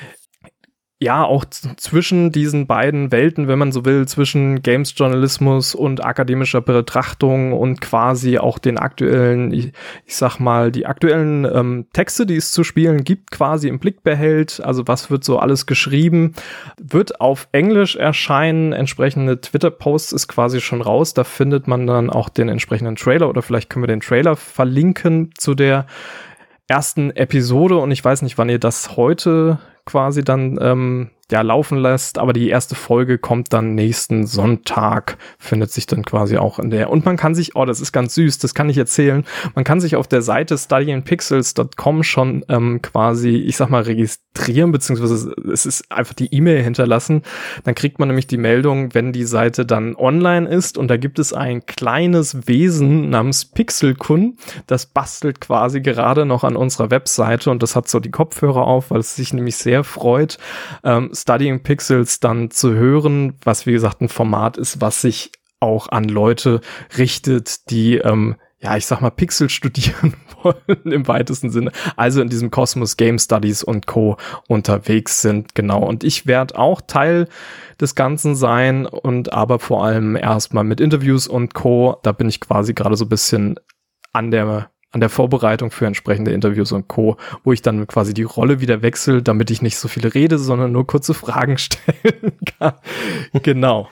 Speaker 3: ja auch zwischen diesen beiden Welten, wenn man so will, zwischen Games-Journalismus und akademischer Betrachtung und quasi auch den aktuellen, ich sag mal, die aktuellen Texte, die es zu spielen gibt, quasi im Blick behält. Also was wird so alles geschrieben? Wird auf Englisch erscheinen. Entsprechende Twitter-Posts ist quasi schon raus. Da findet man dann auch den entsprechenden Trailer oder vielleicht können wir den Trailer verlinken zu der ersten Episode und ich weiß nicht, wann ihr das heute quasi dann laufen lässt, aber die erste Folge kommt dann nächsten Sonntag, findet sich dann quasi auch in der, und man kann sich, das ist ganz süß, das kann ich erzählen, man kann sich auf der Seite studyingpixels.com schon quasi, ich sag mal, registrieren, beziehungsweise es ist einfach die E-Mail hinterlassen, dann kriegt man nämlich die Meldung, wenn die Seite dann online ist und da gibt es ein kleines Wesen namens Pixelkun, das bastelt quasi gerade noch an unserer Webseite und das hat so die Kopfhörer auf, weil es sich nämlich sehr freut, Studying Pixels dann zu hören, was wie gesagt ein Format ist, was sich auch an Leute richtet, die ja, ich sag mal, Pixel studieren wollen im weitesten Sinne. Also in diesem Kosmos Game Studies und Co. unterwegs sind, genau. Und ich werde auch Teil des Ganzen sein und aber vor allem erstmal mit Interviews und Co. Da bin ich quasi gerade so ein bisschen an der Vorbereitung für entsprechende Interviews und Co., wo ich dann quasi die Rolle wieder wechsle, damit ich nicht so viele rede, sondern nur kurze Fragen stellen kann. Genau.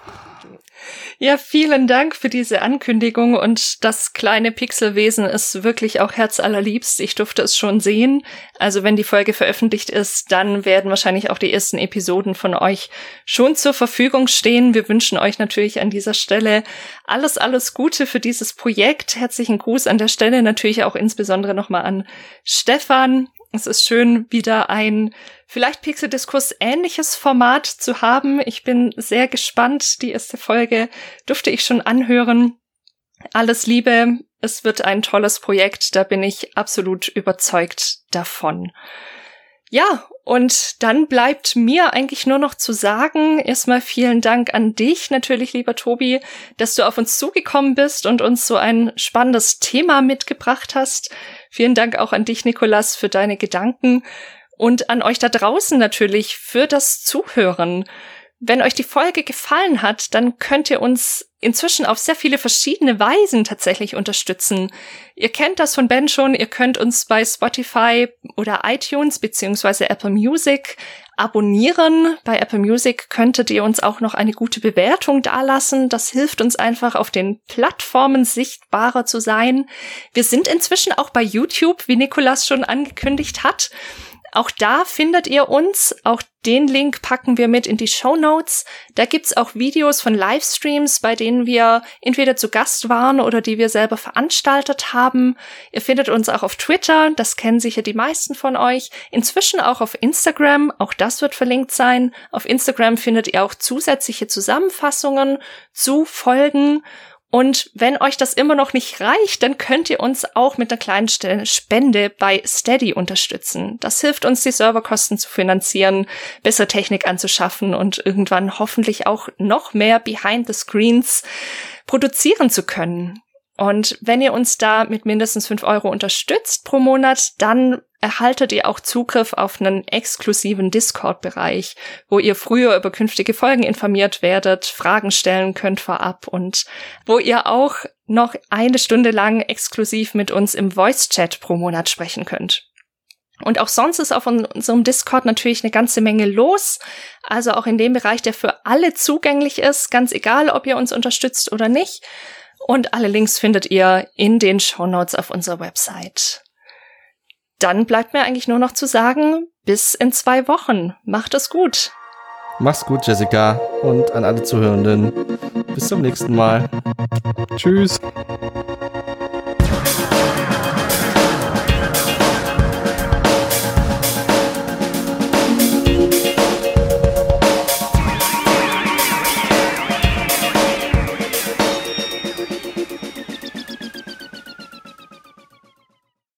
Speaker 1: Ja, vielen Dank für diese Ankündigung und das kleine Pixelwesen ist wirklich auch herzallerliebst. Ich durfte es schon sehen. Also wenn die Folge veröffentlicht ist, dann werden wahrscheinlich auch die ersten Episoden von euch schon zur Verfügung stehen. Wir wünschen euch natürlich an dieser Stelle alles Gute für dieses Projekt. Herzlichen Gruß an der Stelle natürlich auch insbesondere nochmal an Stefan. Es ist schön, wieder ein vielleicht Pixel-Diskurs ähnliches Format zu haben. Ich bin sehr gespannt. Die erste Folge durfte ich schon anhören. Alles Liebe. Es wird ein tolles Projekt. Da bin ich absolut überzeugt davon. Ja, und dann bleibt mir eigentlich nur noch zu sagen, erstmal vielen Dank an dich natürlich, lieber Tobi, dass du auf uns zugekommen bist und uns so ein spannendes Thema mitgebracht hast. Vielen Dank auch an dich, Nikolas, für deine Gedanken und an euch da draußen natürlich für das Zuhören. Wenn euch die Folge gefallen hat, dann könnt ihr uns inzwischen auf sehr viele verschiedene Weisen tatsächlich unterstützen. Ihr kennt das von Ben schon, ihr könnt uns bei Spotify oder iTunes bzw. Apple Music abonnieren. Bei Apple Music könntet ihr uns auch noch eine gute Bewertung dalassen. Das hilft uns einfach, auf den Plattformen sichtbarer zu sein. Wir sind inzwischen auch bei YouTube, wie Nikolas schon angekündigt hat. Auch da findet ihr uns. Auch den Link packen wir mit in die Shownotes. Da gibt's auch Videos von Livestreams, bei denen wir entweder zu Gast waren oder die wir selber veranstaltet haben. Ihr findet uns auch auf Twitter, das kennen sicher die meisten von euch. Inzwischen auch auf Instagram, auch das wird verlinkt sein. Auf Instagram findet ihr auch zusätzliche Zusammenfassungen zu Folgen. Und wenn euch das immer noch nicht reicht, dann könnt ihr uns auch mit einer kleinen Spende bei Steady unterstützen. Das hilft uns, die Serverkosten zu finanzieren, bessere Technik anzuschaffen und irgendwann hoffentlich auch noch mehr Behind the Screens produzieren zu können. Und wenn ihr uns da mit mindestens 5 € unterstützt pro Monat, dann erhaltet ihr auch Zugriff auf einen exklusiven Discord-Bereich, wo ihr früher über künftige Folgen informiert werdet, Fragen stellen könnt vorab und wo ihr auch noch 1 Stunde lang exklusiv mit uns im Voice-Chat pro Monat sprechen könnt. Und auch sonst ist auf unserem Discord natürlich eine ganze Menge los, also auch in dem Bereich, der für alle zugänglich ist, ganz egal, ob ihr uns unterstützt oder nicht. Und alle Links findet ihr in den Shownotes auf unserer Website. Dann bleibt mir eigentlich nur noch zu sagen, bis in 2 Wochen. Macht es gut.
Speaker 2: Mach's gut, Jessica. Und an alle Zuhörenden. Bis zum nächsten Mal.
Speaker 3: Tschüss.